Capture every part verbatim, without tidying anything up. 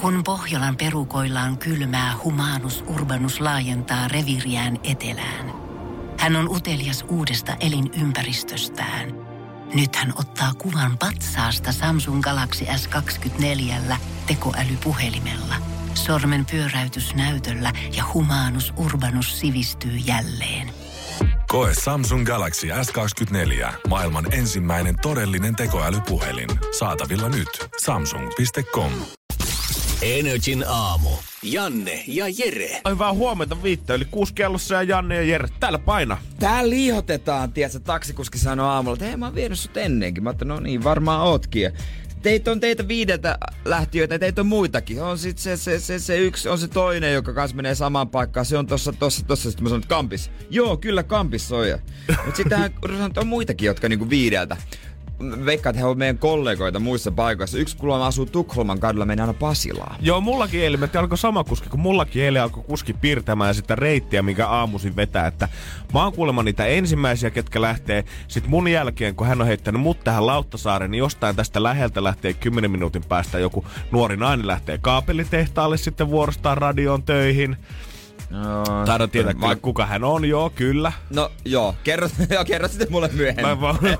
Kun Pohjolan perukoillaan kylmää, Humanus Urbanus laajentaa reviiriään etelään. Hän on utelias uudesta elinympäristöstään. Nyt hän ottaa kuvan patsaasta Samsung Galaxy S kaksikymmentäneljä tekoälypuhelimella. Sormen pyöräytys näytöllä ja Humanus Urbanus sivistyy jälleen. Koe Samsung Galaxy S kaksikymmentäneljä. Maailman ensimmäinen todellinen tekoälypuhelin. Saatavilla nyt. samsung piste com. Energin aamu. Janne ja Jere. Hyvää huomenta, viittä yli kuusi kellossa ja Janne ja Jere. Täällä paina. Täällä liihotetaan, tiedätkö, taksikuski sanoi aamulla, että hei, mä oon vienyt sut ennenkin. Mä ajattelin, no niin, varmaan ootkin. Teitä on teitä viideltä lähtiöitä, teitä on muitakin. On sit se, se, se, se yksi, on se toinen, joka kanssa menee samaan paikkaan. Se on tossa, tossa, tossa. Sitten mä sanon, että Kampis. Joo, kyllä Kampis on. Mutta sittenhän on muitakin, jotka niinku viideltä. Veikkaan, että he ovat meidän kollegoita muissa paikoissa. Yksi kuulemma asuu Tukholman kadulla, menee aina Pasilaan. Joo, mullakin eilen, että alkoi sama kuski, kun mullakin eilen alkoi kuski piirtämään sitä reittiä, minkä aamuisin vetää. Että mä oon kuulemma niitä ensimmäisiä, ketkä lähtee. Sitten mun jälkeen, kun hän on heittänyt mut tähän Lauttasaareen, niin jostain tästä läheltä lähtee kymmenen minuutin päästä joku nuori nainen lähtee kaapelitehtaalle sitten vuorostaan radioon töihin. No, Taidan tietää kyllä, kuka hän on, joo, kyllä. No joo, kerro, joo, kerro sitten mulle myöhemmin.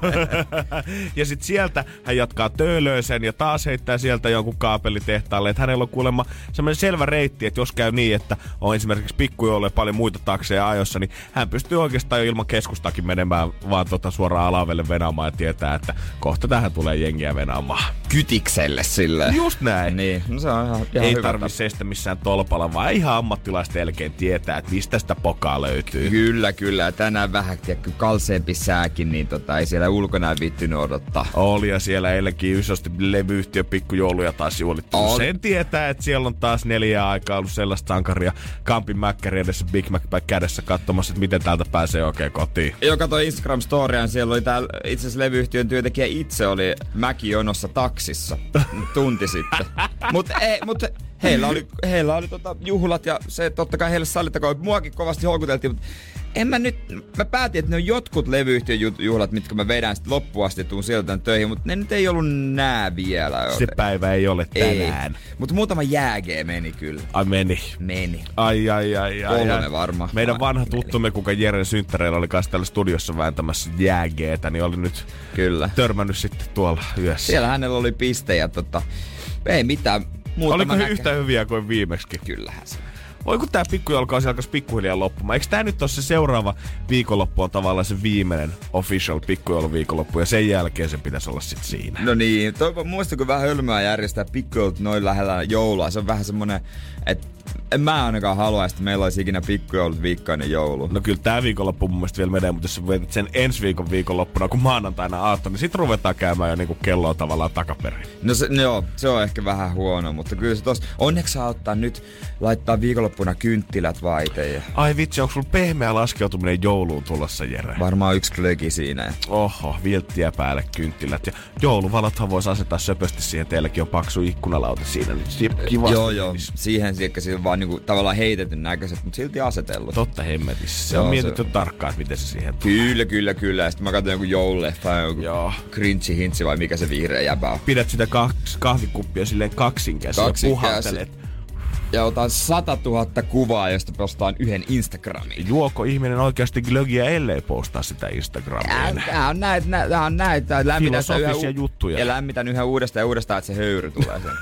Ja sit sieltä hän jatkaa Töölöösen ja taas heittää sieltä jonkun kaapelitehtaalle. Että hänellä on kuulemma semmoinen selvä reitti, että jos käy niin, että on esimerkiksi pikkujouluja paljon muita takseja ajossa, niin hän pystyy oikeastaan jo ilman keskustakin menemään vaan tota suoraan alavelle venaamaan ja tietää, että kohta tähän tulee jengiä venaamaan. Kytikselle silleen. Just näin. Niin, no se on ihan, ihan Ei hyvä. tarvi seistä missään tolpalla, vaan ihan ammattilaiset elkein tietää, että mistä sitä pokaa löytyy. Kyllä, kyllä. Tänään vähän tiedätkö, kalseempi sääkin, niin tota, ei siellä ulkona viittynyt odottaa. Oli ja siellä eilenkin isosti levyyhtiön pikkujouluja taas juhlittu. Ol- Sen tietää, että siellä on taas neljä aikaa ollut sellaista sankaria Kampin mäkkäri edessä Big Mac kädessä katsomassa, että miten täältä pääsee oikein kotiin. Joka katsoi Instagram-storiaan, siellä oli täällä itse asiassa levyyhtiön työntekijä itse oli mäkijonossa taksissa tunti sitten. Mutta mut heillä oli, heillä oli tota juhlat ja se totta kai heille sallittakoon. Muakin kovasti houkuteltiin, mutta en mä nyt, mä päätin, että ne on jotkut levyyhtiön juhlat, mitkä mä vedän sitten loppuun asti tuun sieltä töihin, mutta ne nyt ei ollut nää vielä. Se päivä ei ole tänään. Mutta muutama jäägee meni kyllä. Ai meni. Meni. Ai ai ai ai. Kolme ai. varmaan. Meidän vanha tuttumme, kuka Jeren synttäreillä oli kanssa täällä studiossa vääntämässä jäägeetä, niin oli nyt kyllä törmännyt sitten tuolla yössä. Siellä hänellä oli pistejä, tota, ei mitään. Oliko he näkö... yhtä hyviä kuin viimeksi? Kyllähän se. Voi kun tää pikkujalkausi alkaisi pikkuhiljaa loppumaan. Eikö tää nyt ole se seuraava viikonloppu on tavallaan se viimeinen official pikkujouluviikonloppu ja sen jälkeen se pitäisi olla sit siinä? No niin, toi muista kun vähän hölmöä järjestää pikkujoulut noin lähellä joulua. Se on vähän semmonen, että en mä ainakaan halua, että meillä olisi ikinä pikkujoulut viikkoinen joulu. No kyllä tää viikonloppu mun mielestä vielä menee, mutta jos sä vetit sen ensi viikon viikonloppuna, kun maanantaina aatto, niin sit ruvetaan käymään jo niinku kelloa tavallaan takaperin. No se, no joo, se on ehkä vähän huono, mutta kyllä se tos, onneksi saa ottaa nyt, laittaa viikonloppuna kynttilät vaiteen. Ai vitsi, onko sulla pehmeä laskeutuminen jouluun tulossa, Jere? Varmaan yksi klöki siinä. Oho, vilttiä päälle kynttilät. Ja jouluvalothan voisi asettaa söpösti siihen, teilläkin on paksu ikkunalauta siinä. Niin kivasti. Joo joo, siihen sieltä siinä vaan niinku tavallaan heitetyn näköiset, mutta silti asetellut. Totta hemmetissä. Se joo, on mietitty se... tarkkaan, että miten se siihen tulee. Kyllä, kyllä, kyllä. Ja sitten mä katson jonkun joululeffa, joku Grinchi Hintsi vai mikä se vihreä jäbä on. Pidät sitä kah- kahvikuppia silleen kaksinkäsin ja puhaltelet. Ja otan satatuhatta kuvaa, josta postaan yhden Instagramiin. Juoko ihminen oikeasti glögiä, ellei postaa sitä Instagramiin? Tää on näitä, tää on näitä. Filosofisia yhä, juttuja. Ja lämmitän yhä uudestaan ja uudestaan, että se höyry tulee sen.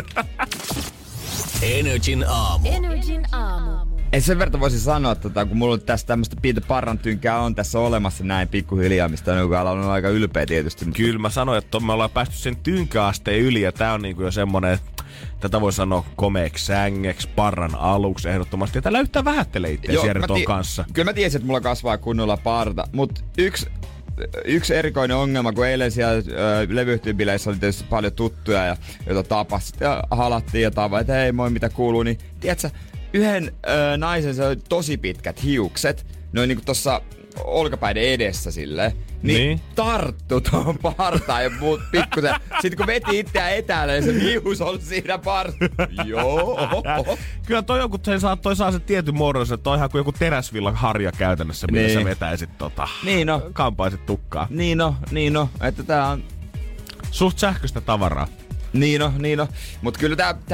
Energin aamu. Energin aamu. Ei sen verran voisi sanoa, että kun mulla tässä tämmöstä pientä parrantynkää on tässä olemassa näin pikkuhiljaa, mistä on aika ylpeä tietysti. Kyllä mä sanoin, että me ollaan päästy sen tynkäasteen yli ja tää on niinku jo semmonen, tätä voi sanoa komeeksi sängeksi, parran aluksi ehdottomasti. Ja täällä yhtään vähättelee itseäsi Jere ton kanssa. Kyllä mä tiesin, että mulla kasvaa kunnolla parta, mutta yksi Yksi erikoinen ongelma, kun eilen siellä äh, levyyhtiöbileissä oli tietysti paljon tuttuja, ja, joita tapasit ja halattiin ja tavoin, että hei moi mitä kuuluu, niin tiedätkö, yhden äh, naisen se oli tosi pitkät hiukset, noin niinku tossa olkapäiden edessä silleen, niin, niin. tarttu tuohon partaan ja muut pikkusen. Sitten kun veti itseään etäälle, niin se hius oli siinä partaan. Joo. Kyllä toi joku, se saa, toi saa sen tietyn muodon, että toi ihan kuin joku teräsvillan harja käytännössä, millä niin. sä vetäisit tota, niin no. kampaisit tukkaa. Niin no, niin no, että tää on suht sähköistä tavaraa. Niin no, niin no. Mut kyllä tää, tää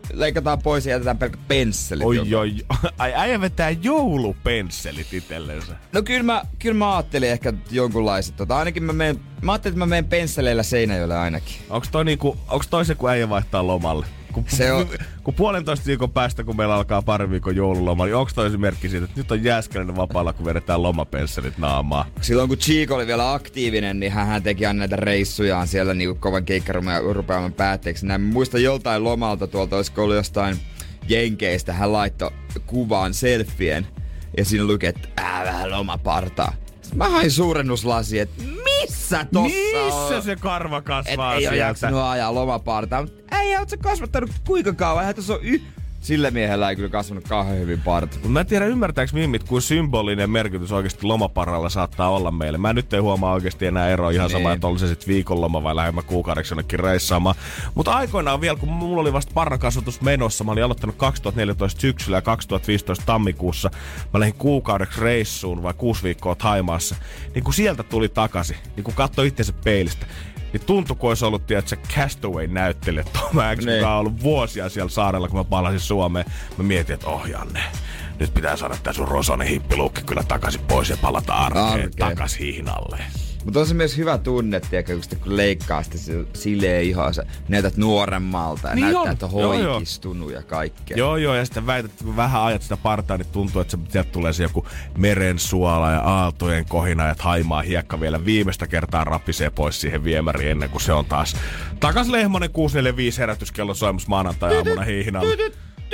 leikataan pois ja jätetään pelkät pensselit. Oi, joka. oi, ai äijä vetää joulupensselit itsellensä. No kyllä mä, kyllä mä ajattelin ehkä jonkunlaiset. Tota, ainakin mä, meen, mä ajattelin, että mä menen pensseleillä Seinäjoelle ainakin. Onks toi niinku, onks toi se, kun äijä vaihtaa lomalle? Kun, Se on... kun puolentoista viikon päästä, kun meillä alkaa pari viikon joululoma, niin onko toi se merkki siitä, että nyt on Jääskeläinen vapaalla, kun vedetään lomapensselit naamaa? Silloin kun Chico oli vielä aktiivinen, niin hän teki aina näitä reissujaan siellä niinku kovan keikkarupeaman päätteeksi. Näin muistan joltain lomalta tuolta, olisiko ollut jostain Jenkeistä, hän laittoi kuvaan selfien ja siinä luki, että ää, vähän lomapartaa. Sitten mä hain suurennuslasi, että missä tossa Missä on? se karva kasvaa Et ei sieltä? ole jaksanut ajaa lomapartaa, mutta ei oot sä kasvattanut kuinka kauan? Eihän tässä on y... Sillä miehellä ei kyllä kasvanut kauhean hyvin parta. Mut mä en tiedä ymmärtääks mimmit, kuin symbolinen merkitys oikeasti lomaparalla saattaa olla meille. Mä nyt ei huomaa oikeasti enää eroa ihan sama, että oli se sit viikonloma vai lähemmä kuukaudeksi jonnekin reissaamaan. Mutta aikoinaan vielä, kun mulla oli vasta parrakasvatus menossa, mä olin aloittanut kaksituhattaneljätoista syksyllä ja kaksituhattaviisitoista tammikuussa. Mä lähdin kuukaudeksi reissuun vai kuusi viikkoa Thaimaassa. Niin kun sieltä tuli takaisin, niin kun katsoi itsensä peilistä, niin tuntui, kun olisi ollut, tiedätkö, Castaway-näyttelijä Tom Hanks, joka on ollut vuosia siellä saarella, kun mä palasin Suomeen. Mä mietin, että oh Janne, nyt pitää saada tää sun rosonen hippiluukki kyllä takaisin pois ja palata arkeen, Arkeen. takas hihnalle. Mutta on se myös hyvä tunne, tiedätkö, kun, sitten, kun leikkaa sitä silleen ihan, sä näytät nuoremmalta ja Niin näyttää, on. että on Joo, joo. hoikistunut ja kaikkea. Joo, joo, ja sitten väität, että kun vähän ajat sitä partaa, niin tuntuu, että sieltä tulee se joku merensuola ja aaltojen kohina ja Thaimaa hiekka vielä viimeistä kertaa rapisee pois siihen viemäriin ennen kuin se on taas takas Lehmonen kuusi neljä viisi herätyskello soimus maanantai-aamuna hihnalle.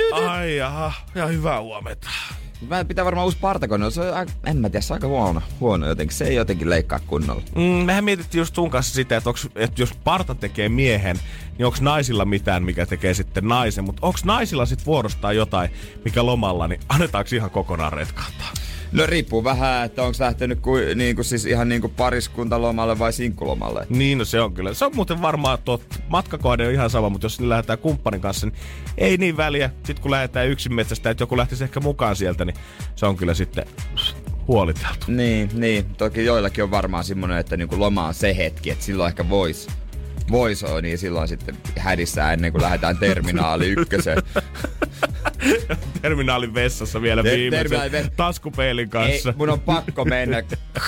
Ai jaha, ja hyvää huomenta. Mä pitää varmaan uusi partakone, se on, aika- en mä tiedä, se on aika huono, huono jotenkin, se ei jotenkin leikkaa kunnolla. Mm, mehän mietittiin just sun kanssa sitä, että, onks, että jos parta tekee miehen, niin onko naisilla mitään, mikä tekee sitten naisen. Mutta onko naisilla sitten vuorostaan jotain, mikä lomalla, niin annetaanko ihan kokonaan retkahtaa? No riippuu vähän, että onko lähtenyt ku, niinku, siis ihan niinku pariskuntalomalle vai sinkkulomalle. Niin, no se on kyllä. Se on muuten varmaan totta. Matkakohde on ihan sama, mutta jos lähdetään kumppanin kanssa, niin ei niin väliä. Sitten kun lähdetään yksin metsästä, että joku lähtisi ehkä mukaan sieltä, niin se on kyllä sitten huoliteltu. Niin, niin. Toki joillakin on varmaan semmoinen, että niinku loma on se hetki, että silloin ehkä vois. Vois on, niin silloin sitten hädissä ennen kuin lähdetään terminaali ykköseen. Terminaalin vessassa vielä Ter- viimeisen terminaali- taskupeilin kanssa. Ei, mun on pakko mennä.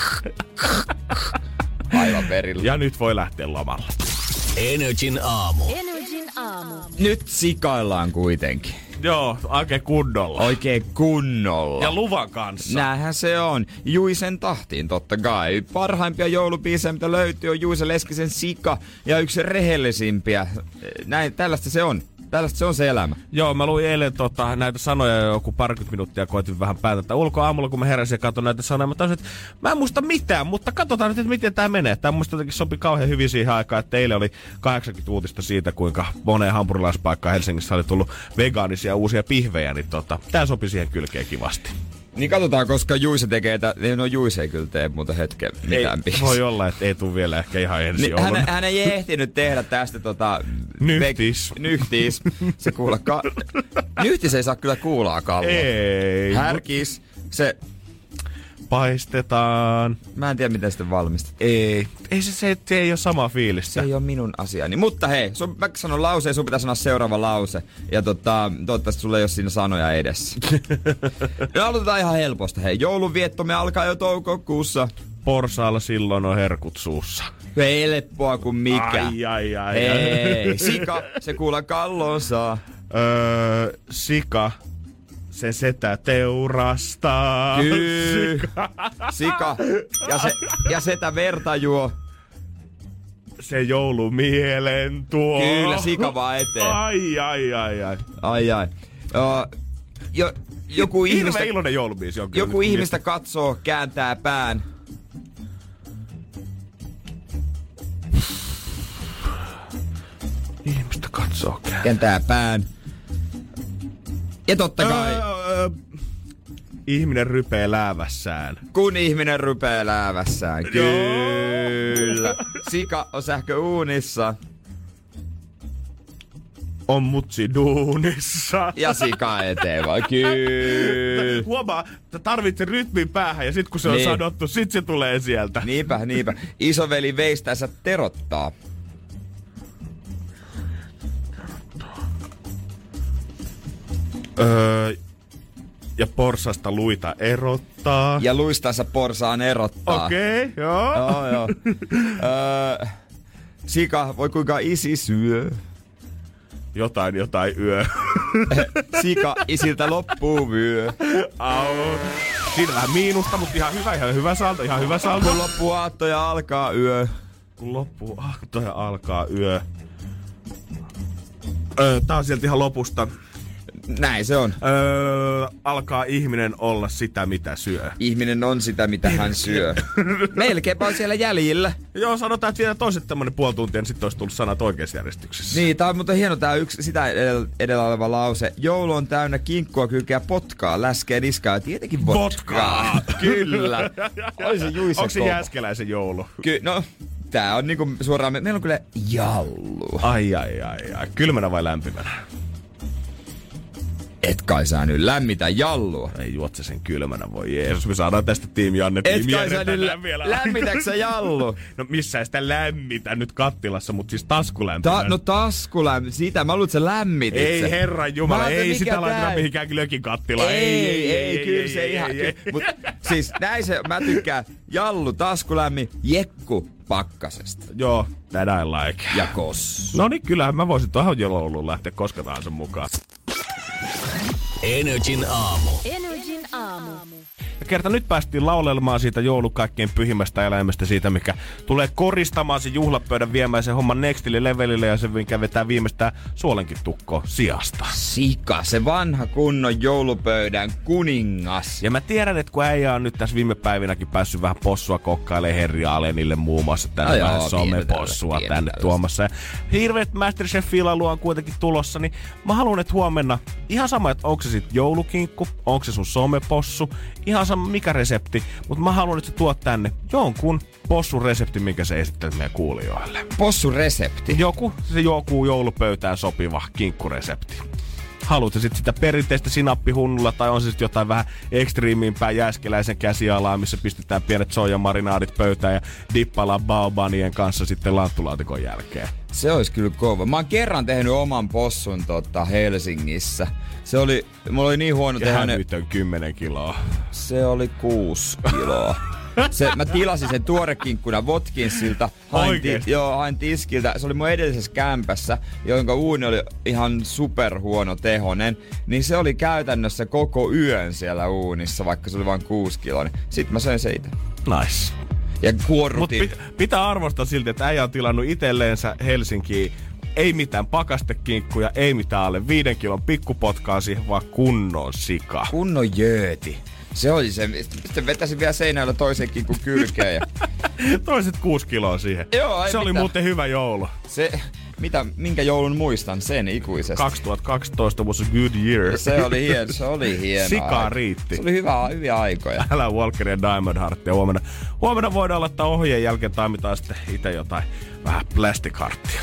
Aivan perillä. Ja nyt voi lähteä lomalle. Energin aamu. Energin aamu. Nyt sikaillaan kuitenkin. Joo, oikein kunnolla. Oikein kunnolla. Ja luvan kanssa. Näinhän se on. Juisen tahtiin totta kai. Parhaimpia joulubiisejä, mitä löytyy, on Juise Leskisen Sika ja yksi rehellisimpiä. Näin, tällaista se on. Tällaista se on se elämä. Joo, mä luin eilen tota, näitä sanoja joku parikymmentä minuuttia, koitin vähän päätä. Ulkoaamulla, kun mä heräsin ja katsoin näitä sanoja, mä tajusin, että mä en muista mitään, mutta katsotaan nyt, että miten tää menee. Tää muista jotenkin sopi kauhean hyvin siihen aikaan, että eilen oli kahdeksankymmentä uutista siitä, kuinka moneen hampurilaispaikkaan Helsingissä oli tullut vegaanisia uusia pihvejä, niin tota, tää sopi siihen kylkeen kivasti. Niin katsotaan, koska Juise tekee tä... No Juise ei kyllä tee muuta hetken mitään Ei, biisiä. voi olla, että ei tule vielä ehkä ihan ensi Niin, hän, jouluna. hän ei ehtinyt tehdä tästä tota... Nyhtis. Ve- nyhtis. Se kuulla ka... Nyhtis ei saa kyllä kuulaa kalloa. Ei. Härkis. Se... Paistetaan. Mä en tiedä, miten sitten valmistat. Ei. Ei se, se, se ei ole samaa fiilistä. Se ei ole minun asiani. Mutta hei, sun, mä sanon lauseen, sun pitää sanoa seuraava lause. Ja tota, toivottavasti sulla ei ole siinä sanoja edessä. Me aloitetaan ihan helposta. Hei, joulunviettomme alkaa jo toukokuussa. Porsaalla silloin on herkut suussa. Helppoa kuin mikä. Ai, ai, ai. Hei, sika, se kuulla kalloon saa. Öö, sika. Se setä teurastaa. Kyllä. Sika. Sika. Ja, se, ja setä verta juo. Se joulumielen tuo. Kyllä, sika vaan eteen. Ai, ai, ai, ai. Ai ai. Uh, jo, joku ihmistä, Hirveän iloinen joulubiisi on kyllä. joku nyt ihmistä katsoo, kääntää pään. Ihmistä katsoo kään. Kääntää pään. Ja totta kai, Öö, ihminen rypee läävässään. kun ihminen rypee läävässään. Kyllä. Sika on sähköuunissa. On mutsi duunissa. Ja sika eteen vaan. Kyllä. Huomaa, että tarvitset rytmin päähän ja sit kun se on Niin. sanottu, sit se tulee sieltä. Niinpä, niinpä. Isoveli veistänsä terottaa. Öö, ja porsasta luita erottaa. Ja luistansa porsaan erottaa. Okei, okay, joo. Joo, joo. öö, sika, voi kuinka isi syö. Jotain, jotain yö. Sika, isiltä loppuu vyö. Au. Siinä vähän miinusta, mutta ihan hyvä, ihan hyvä salto, ihan hyvä salto. Kun loppuu aatto ja alkaa yö. Kun loppuu aatto ja alkaa yö. Öö, tää on sieltä ihan lopusta. Näin se on. Öö, alkaa ihminen olla sitä, mitä syö. Ihminen on sitä, mitä hän syö. Melkeinpä on siellä jäljillä. Joo, sanotaan, että vielä toiset tämmönen puoli tuntia, niin sitten olisi tullut sanat oikeassa järjestyksessä. Niin, tää on muuten hieno tää yksi sitä edellä oleva lause. Joulu on täynnä kinkkua, kylkeä, potkaa, läskeä, niskaa ja tietenkin vodkaa. Kyllä. Oi se Juise Onko se kova. Jääskeläisen joulu? Ky- no, tää on niinku suoraan, meillä on kyllä jallu. Ai, ai, ai, ai. Kylmänä vai lämpimänä? Et kai sä nyt lämmitä jallua. Ei juotse sen kylmänä, voi Jeesus. Me saadaan tästä tiimi Janne. Et kai sä nyt lä- lämmitäks sä jallu? No missä sitä lämmitä nyt kattilassa, mutta siis taskulämpimänä. Ta- no taskulämpimänä, sitä mä luulen, että sä lämmitit Ei sen. herran jumala, Mä ei sitä tää? laiteta mihinkään glökin kattilaan. Ei, ei, ei, ei, kyllä ei, se ei, ihan... Ei, ei. Mut, siis näin se, mä tykkään jallu, taskulämmin, jekku pakkasesta. Joo, that I like. Ja kos. No niin, kyllähän mä voisin tuohon jouluun lähteä koska tahansa mukaan. Energin aamu. Energin aamu. Ja kerta nyt päästiin laulelemaan siitä joulun kaikkein pyhimmästä eläimestä, siitä mikä tulee koristamaan sen juhlapöydän, viemään sen homman nextille levelille ja se mikä vetää viimeistään suolenkin tukkoon sijasta. Sika, se vanha kunnon joulupöydän kuningas. Ja mä tiedän, että kun äijä on nyt tässä viime päivinäkin päässyt vähän possua kokkailemaan Herri Alenille muun muassa tänne no vähän joo, somepossua tänne tällaista. tuomassa. Ja hirveet MasterChef-filailua on kuitenkin tulossa, niin mä haluan, että huomenna ihan sama, että onko se sit joulukinkku, onko se sun somepossu, ihan sama mikä resepti, mutta mä haluan, että sä tuot tänne jonkun possun resepti, minkä sä esittelet meidän kuulijoille. Possun resepti? Joku, se joku joulupöytään sopiva kinkkuresepti. Haluatko sit sitä perinteistä sinappihunnulla tai on se sitten jotain vähän ekstriimimpää jääskeläisen käsialaa, missä pistetään pienet soijamarinaarit pöytään ja dippaillaan baobanien kanssa sitten lanttulaatikon jälkeen. Se olisi kyllä kova. Mä oon kerran tehnyt oman possun tota, Helsingissä. Se oli, mulla oli niin huono ja tehdä hän ne... nyt on kymmenen kiloa. Se oli kuusi kiloa. Se, mä tilasin sen tuorekinkkuna Watkinsilta, hain, ti, joo, hain tiskiltä. Se oli mun edellisessä kämpässä, jonka uuni oli ihan superhuono tehonen. Niin se oli käytännössä koko yön siellä uunissa, vaikka se oli vain kuusi kiloa. Sitten mä söin se itse. Nice. Ja kuorrutin. Mut pit, pitää arvostaa silti, että äijä on tilannut itselleensä Helsinkiin ei mitään pakastekinkkuja, ei mitään alle viiden kilon pikkupotkaa siihen, vaan kunnon sika. Kunnon jööti. Se oli se. Sitten vetäsin vielä seinällä toisenkin kuin kylkeen. Ja... Toiset kuusi kiloa siihen. Joo, se oli mitään. muuten hyvä joulu. Se, mitä, minkä joulun muistan sen ikuisesti? kaksituhattakaksitoista was a good year. Se oli hieno, se oli hieno. Sikaa aika. riitti. Se oli hyvä, hyviä aikoja. Älä Walker ja Diamond Heart. Ja huomenna, huomenna voidaan laittaa ohjeen jälkeen taimitaan sitten itse jotain vähän plastic hearttia.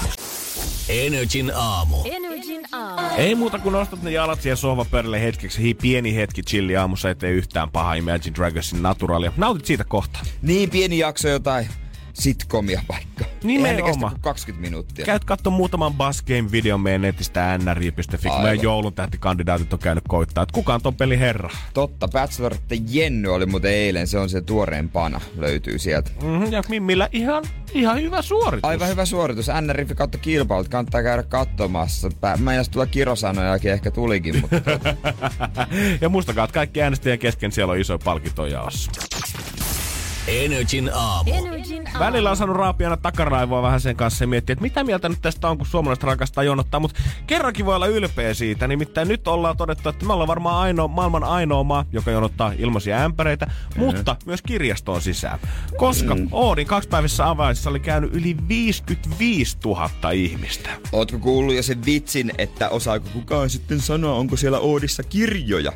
Energin aamu. Energin aamu. Ei muuta kuin nostat ne jalat siihen sohvapöydälle hetkeksi. Hii, pieni hetki chilli aamussa, ettei yhtään paha Imagine Dragonsin naturalia. Nautit siitä kohta. Niin pieni jakso jotain sitcomia vaikka. Nimenomaan. Eihän ne kestä kuin kaksikymmentä minuuttia. Käyt katso muutaman Buzz Game-videon meidän netistä n r j piste f i, kun meidän joulun tähtikandidaatit on käynyt koittaa, että kuka on ton pelin herra. Totta, Bachelorette Jenny oli muuten eilen, se on se tuoreen pana, löytyy sieltä. Mm-hmm, ja Mimmillä ihan, ihan hyvä suoritus. Aivan hyvä suoritus, N R J kautta kilpailut, kannattaa käydä katsomassa. Mä en tulla kirosanojakin, ehkä tulikin, mutta... Ja muistakaa, että kaikki äänestäjien kesken siellä on iso palkinto jaossa. Energin aamu. Energin aamu. Välillä on saanut raapiana takaraivoa vähän sen kanssa ja miettiä, että mitä mieltä nyt tästä on, kun suomalaiset rakastaa jonottaa, mutta kerrankin voi olla ylpeä siitä. Nimittäin nyt ollaan todettu, että me ollaan varmaan ainoa, maailman ainoa maa, joka jonottaa ilmaisia ämpäreitä, mm-hmm. mutta myös kirjastoon sisään. Koska mm. Oodin kaksipäiväisessä avajaisissa oli käynyt yli viisikymmentäviisituhatta ihmistä. Ootko kuullut jo sen vitsin, että osaako kukaan sitten sanoa, onko siellä Oodissa kirjoja?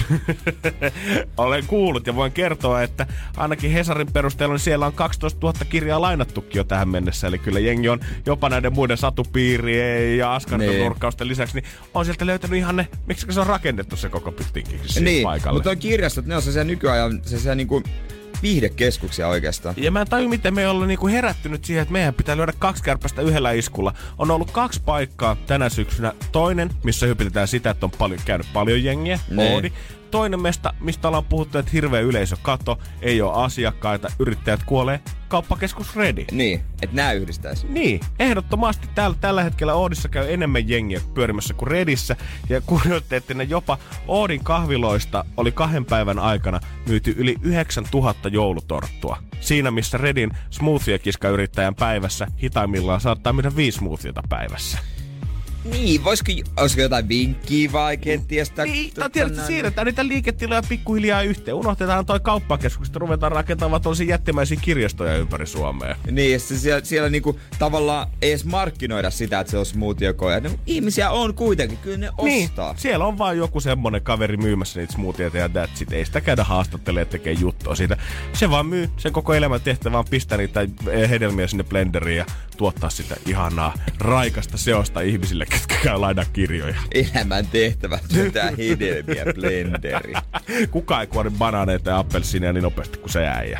Olen kuullut ja voin kertoa, että ainakin Hesarin perusteella niin siellä on kaksitoistatuhatta kirjaa lainattukin jo tähän mennessä. Eli kyllä jengi on jopa näiden muiden satupiirien ja askarten nurkkausten lisäksi, niin on sieltä löytänyt ihan ne, miksi se on rakennettu se koko pyttinkin siihen niin, paikalle. mutta on kirjastot, ne on sellaisia nykyajan sellaisia niinku viihdekeskuksia oikeastaan. Ja mä en taju, miten me ei olla niinku herättynyt siihen, että meidän pitää lyödä kaksi kärpästä yhdellä iskulla. On ollut kaksi paikkaa tänä syksynä. Toinen, missä hypitetään sitä, että on paljon, käynyt paljon jengiä, Oodi. Toinen mesta, mistä ollaan puhuttu, että hirveä yleisö kato, ei ole asiakkaita, yrittäjät kuolee, kauppakeskus Redi. Niin, että nää yhdistäisi. Niin, ehdottomasti täällä, tällä hetkellä Oodissa käy enemmän jengiä pyörimässä kuin Redissä. Ja kunnioitteetti ne jopa Oodin kahviloista oli kahden päivän aikana myyty yli yhdeksäntuhatta joulutorttua. Siinä missä Redin smoothie-kiskayrittäjän päivässä hitaimmillaan saattaa myydä viisi smoothieta päivässä. Niin, voisiko, olisiko jotain vinkkiä vai kenties? Niin, tai tiedätkö, siirretään niitä liiketiloja pikkuhiljaa yhteen. Unohtetaan toi kauppakeskus, että ruvetaan rakentamaan tosi jättimäisiä kirjastoja ympäri Suomea. Niin, se siellä, siellä niinku tavallaan ei edes markkinoida sitä, että se on smoothie-koja. No, ihmisiä on kuitenkin, kyllä ne ostaa. Niin, siellä on vaan joku semmonen kaveri myymässä niitä smoothieita ja that's it. Ei sitä käydä haastattelemaan tekee juttua siitä. Se vaan myy, sen koko elämän tehtävä on pistää niitä hedelmiä sinne blenderiin ja tuottaa sitä ihanaa raikasta seosta ihmisille, ketkä käy lainaa kirjoja. Elämän tehtävä työntää hedelmiä blenderiin. Kuka ei kuori banaaneita ja appelsiineja niin nopeasti kuin se äijä.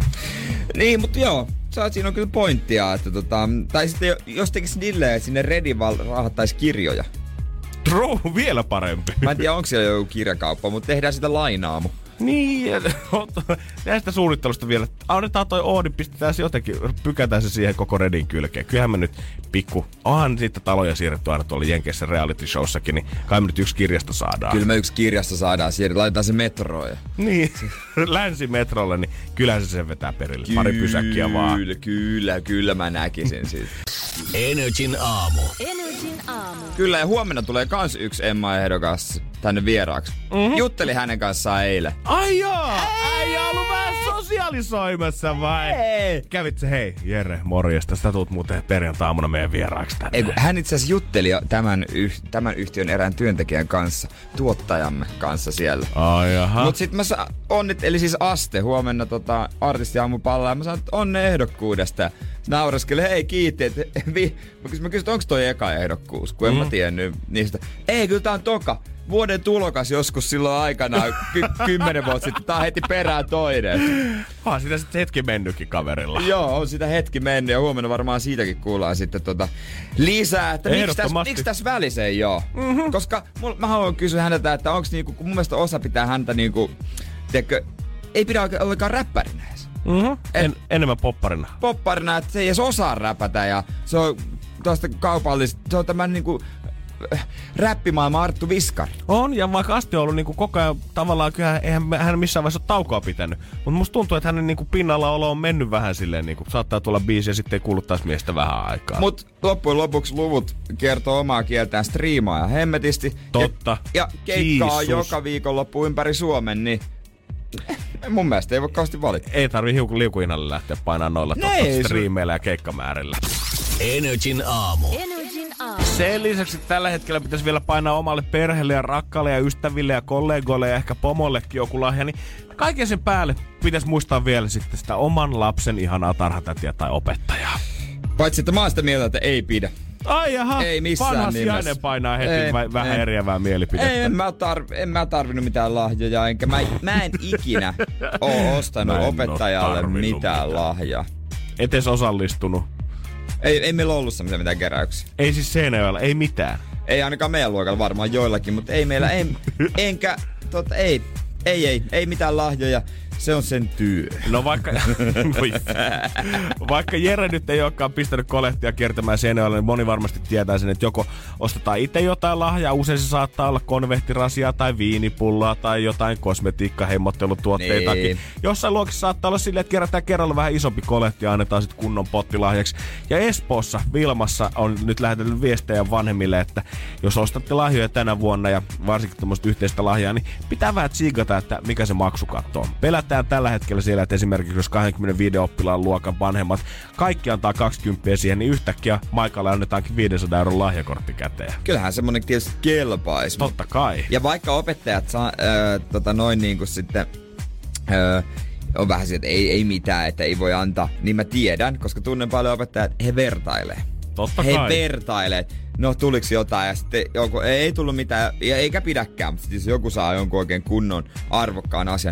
Niin, mutta joo, sä, siinä on kyllä pointtia, että tota, tai sitten jos tekisi niille, että sinne Redin val rahattaisi kirjoja. True, vielä parempi. Mä en tiedä, onko siellä joku kirjakauppa, mutta tehdään sitä lainaamu. Niin, näistä suunnittelusta vielä. Annetaan toi Oodi, pistetään se jotenkin, pykätään se siihen koko Redin kylkeen. Kyllähän me nyt pikku, onhan sitten taloja siirretty aina tuolla Jenkeissä reality showssakin, niin kai me nyt yksi kirjasto saadaan. Kyllä me yksi kirjasto saadaan siirretty, laitetaan se metroon. Niin, länsimetrolle, niin kyllähän se sen vetää perille. Kyllä, pari pysäkkiä vaan. Kyllä, kyllä, kyllä mä näkisin siitä. Energin aamu. Energin aamu. Kyllä, ja huomenna tulee kans yksi Emma-ehdokas tänne vieraaksi. Mm-hmm. Juttelin hänen kanssaan eilen. Ai joo! Äijä ollut vähän sosiaalisoimassa vai? Ei. Kävit se, hei Jere, morjesta. Sitä tuut muuten perjantaamuna meidän vieraaksi tänne. Ei, hän itse asiassa jutteli tämän, yh, tämän yhtiön erään työntekijän kanssa, tuottajamme kanssa siellä. Ai jaha. Mut sit mä sa- onnit, eli siis Aste, huomenna tota, artistiaamupalla, ja mä sanoin, että onne ehdokkuudesta. Nauraskeli, hei kiitti, että vi- mä kysyin, että onko toi eka ehdokkuus, kun en mm. mä tiennyt niistä. Ei, kyllä tää on toka. Vuoden tulokas joskus silloin aikanaan, ky- kymmenen vuotta sitten. Tää on heti perään toinen. Onhan sitä sitten hetki mennytkin kaverilla. Joo, on sitä hetki mennyt ja huomenna varmaan siitäkin kuullaan sitten tota lisää, että miksi tässä miks täs välissä ei oo. Mm-hmm. Koska mul, mä haluan kysyä häneltä, että onks niinku, kun mun mielestä osa pitää häntä niinku, tiedätkö, ei pidä ollenkaan räppärinä edes. Mm-hmm. En, enemmän popparina. Popparina, että se ei edes osaa räpätä ja se on tuosta kaupallista, se on tämän niinku räppimaailma Arttu Viskari. On, ja vaikka Asti on ollut niinku koko ajan tavallaan, kyllä eihän hän missään vaiheessa ole taukoa pitänyt. Mutta musta tuntuu, että hänen niinku pinnalla olo on mennyt vähän silleen, niinku saattaa tulla biisi ja sitten ei kuulu taas miestä vähän aikaa. Mut loppujen lopuksi luvut kertoo omaa kieltään striimaa ja hemmetisti. Totta. Ja, ja keikkaa Jeesus. joka viikonloppu ympäri Suomen, niin mun mielestä ei voi kauheasti valita. Ei tarvii hiukan liukuhinnalle lähteä painaa noilla no striimeillä ja keikkamäärillä. Energin aamu. Energin aamu. Sen lisäksi tällä hetkellä pitäisi vielä painaa omalle perheelle ja rakkaalle ja ystäville ja kollegoille ja ehkä pomollekin joku lahja, niin kaiken sen päälle pitäisi muistaa vielä sitten sitä oman lapsen ihanaa tarhatätiä tai opettajaa. Paitsi, että mä oon sitä mieltä, että ei pidä. Ai jaha, ei missään vanha nimessä. sijainen painaa heti ei, vai, vähän ei. eriävää mielipidettä. Ei, en mä, tarv, en mä tarvinnut mitään lahjoja, enkä mä, mä en ikinä oo ostanut opettajalle mitään, mitään lahjaa. Et edes osallistunut. Ei, ei meillä ollut semmoisia mitään keräyksiä. Ei siis Seinäjoella, ei mitään. Ei ainakaan meidän luokalla, varmaan joillakin, mutta ei meillä, ei, enkä, tota, ei, ei, ei, ei mitään lahjoja. Se on sen työ. No vaikka, vaikka Jere nyt ei olekaan pistänyt kolehtia kiertämään Seinäjoella, niin moni varmasti tietää sen, että joko ostetaan itse jotain lahjaa, usein se saattaa olla konvehtirasia tai viinipullaa tai jotain kosmetiikka-hemmottelutuotteitakin. Niin. Jossain luokissa saattaa olla silleen, että kerätään kerralla vähän isompi kolehti ja annetaan sitten kunnon pottilahjaksi. Ja Espoossa, Vilmassa on nyt lähetetty viestejä vanhemmille, että jos ostatte lahjoja tänä vuonna ja varsinkin tuommoista yhteistä lahjaa, niin pitää vähän tsiikata, että mikä se maksukatto on. Pelät tällä hetkellä siellä, että esimerkiksi jos kaksikymmentäviisi oppilaan luokan vanhemmat kaikki antaa kaksikymmentä siihen, niin yhtäkkiä Maikalle annetaankin viisisataa euron lahjakortti käteen. Kyllähän semmonen tietysti kelpaisi. Totta kai. Ja vaikka opettajat saa, äh, tota noin niinku sitten äh, on vähän se, että ei, ei mitään, että ei voi antaa, niin mä tiedän, koska tunnen paljon opettajat, he vertailee. Totta he kai. vertailee. No tuliks jotain ja sitten joku, ei, ei tullut mitään, ja eikä pidäkään, mutta jos joku saa jonkun oikein kunnon arvokkaan asian,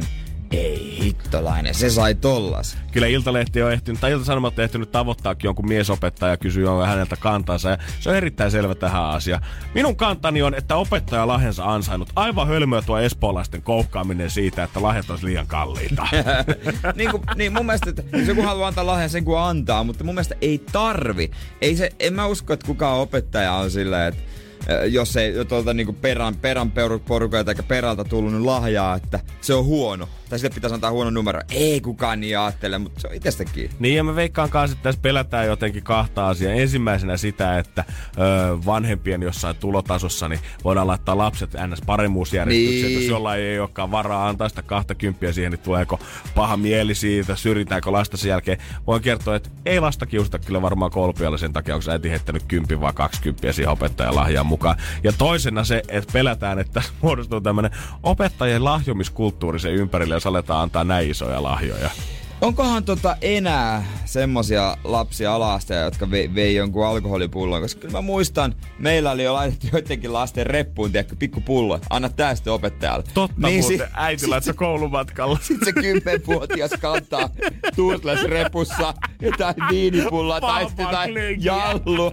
Ei hittolainen, se sai tollas. Kyllä Iltalehti on ehtinyt, tai Ilta-Sanomat on ehtinyt tavoittaakin jonkun miesopettaja ja kysyy häneltä kantansa. Ja se on erittäin selvä tähän asiaan. Minun kantani on, että opettaja lahjansa ansainnut. Aivan hölmöä tuo espoolaisten koukkaaminen siitä, että lahjat olisi liian kalliita. niin, kuin, niin mun mielestä, että jos joku haluaa antaa lahjan sen kun antaa, mutta mun mielestä ei tarvi. Ei se, en mä usko, että kukaan opettaja on silleen, että jos ei tuolta niinku perän, perän porukoilta tai perältä tullut niin lahjaa, että se on huono. Tai sille pitäisi antaa huono numero. Ei kukaan niin ajattele, mutta se on itsestäkin. Niin ja mä veikkaan kanssa, että tässä pelätään jotenkin kahta asiaa. Ensimmäisenä sitä, että ö, vanhempien jossain tulotasossa niin voidaan laittaa lapset ns. Paremmuusjärjestykseen. Niin. Jos jollain ei olekaan varaa antaa sitä kahta kymppiä siihen, niin tuleeko paha mieli siitä, syrjitäänkö lasta sen jälkeen. Voin kertoa, että ei lasta kiusata kyllä varmaan koulupiolla sen takia, onko äiti heittänyt kympin vai kaksikymppiä siihen opettajan lahjaan mukaan. Ja toisena se, että pelätään, että muodostuu tämmönen opettajien lahjomiskulttuuri sen ympärille, jos aletaan antaa näin isoja lahjoja. Onkohan tota enää semmosia lapsia ala-asteja, jotka vei, vei jonkun alkoholipullon? Koska kyllä mä muistan, meillä oli jo laitettu joidenkin lasten reppuun, tiedätkö, pikku pullo. Anna tää sitten opettajalle. Totta niin muuten, si- äiti laittoi koulumatkalla. Sitten se kymmenvuotias kantaa Turtles-repussa jotain viinipulloa tai sitten jotain jallu.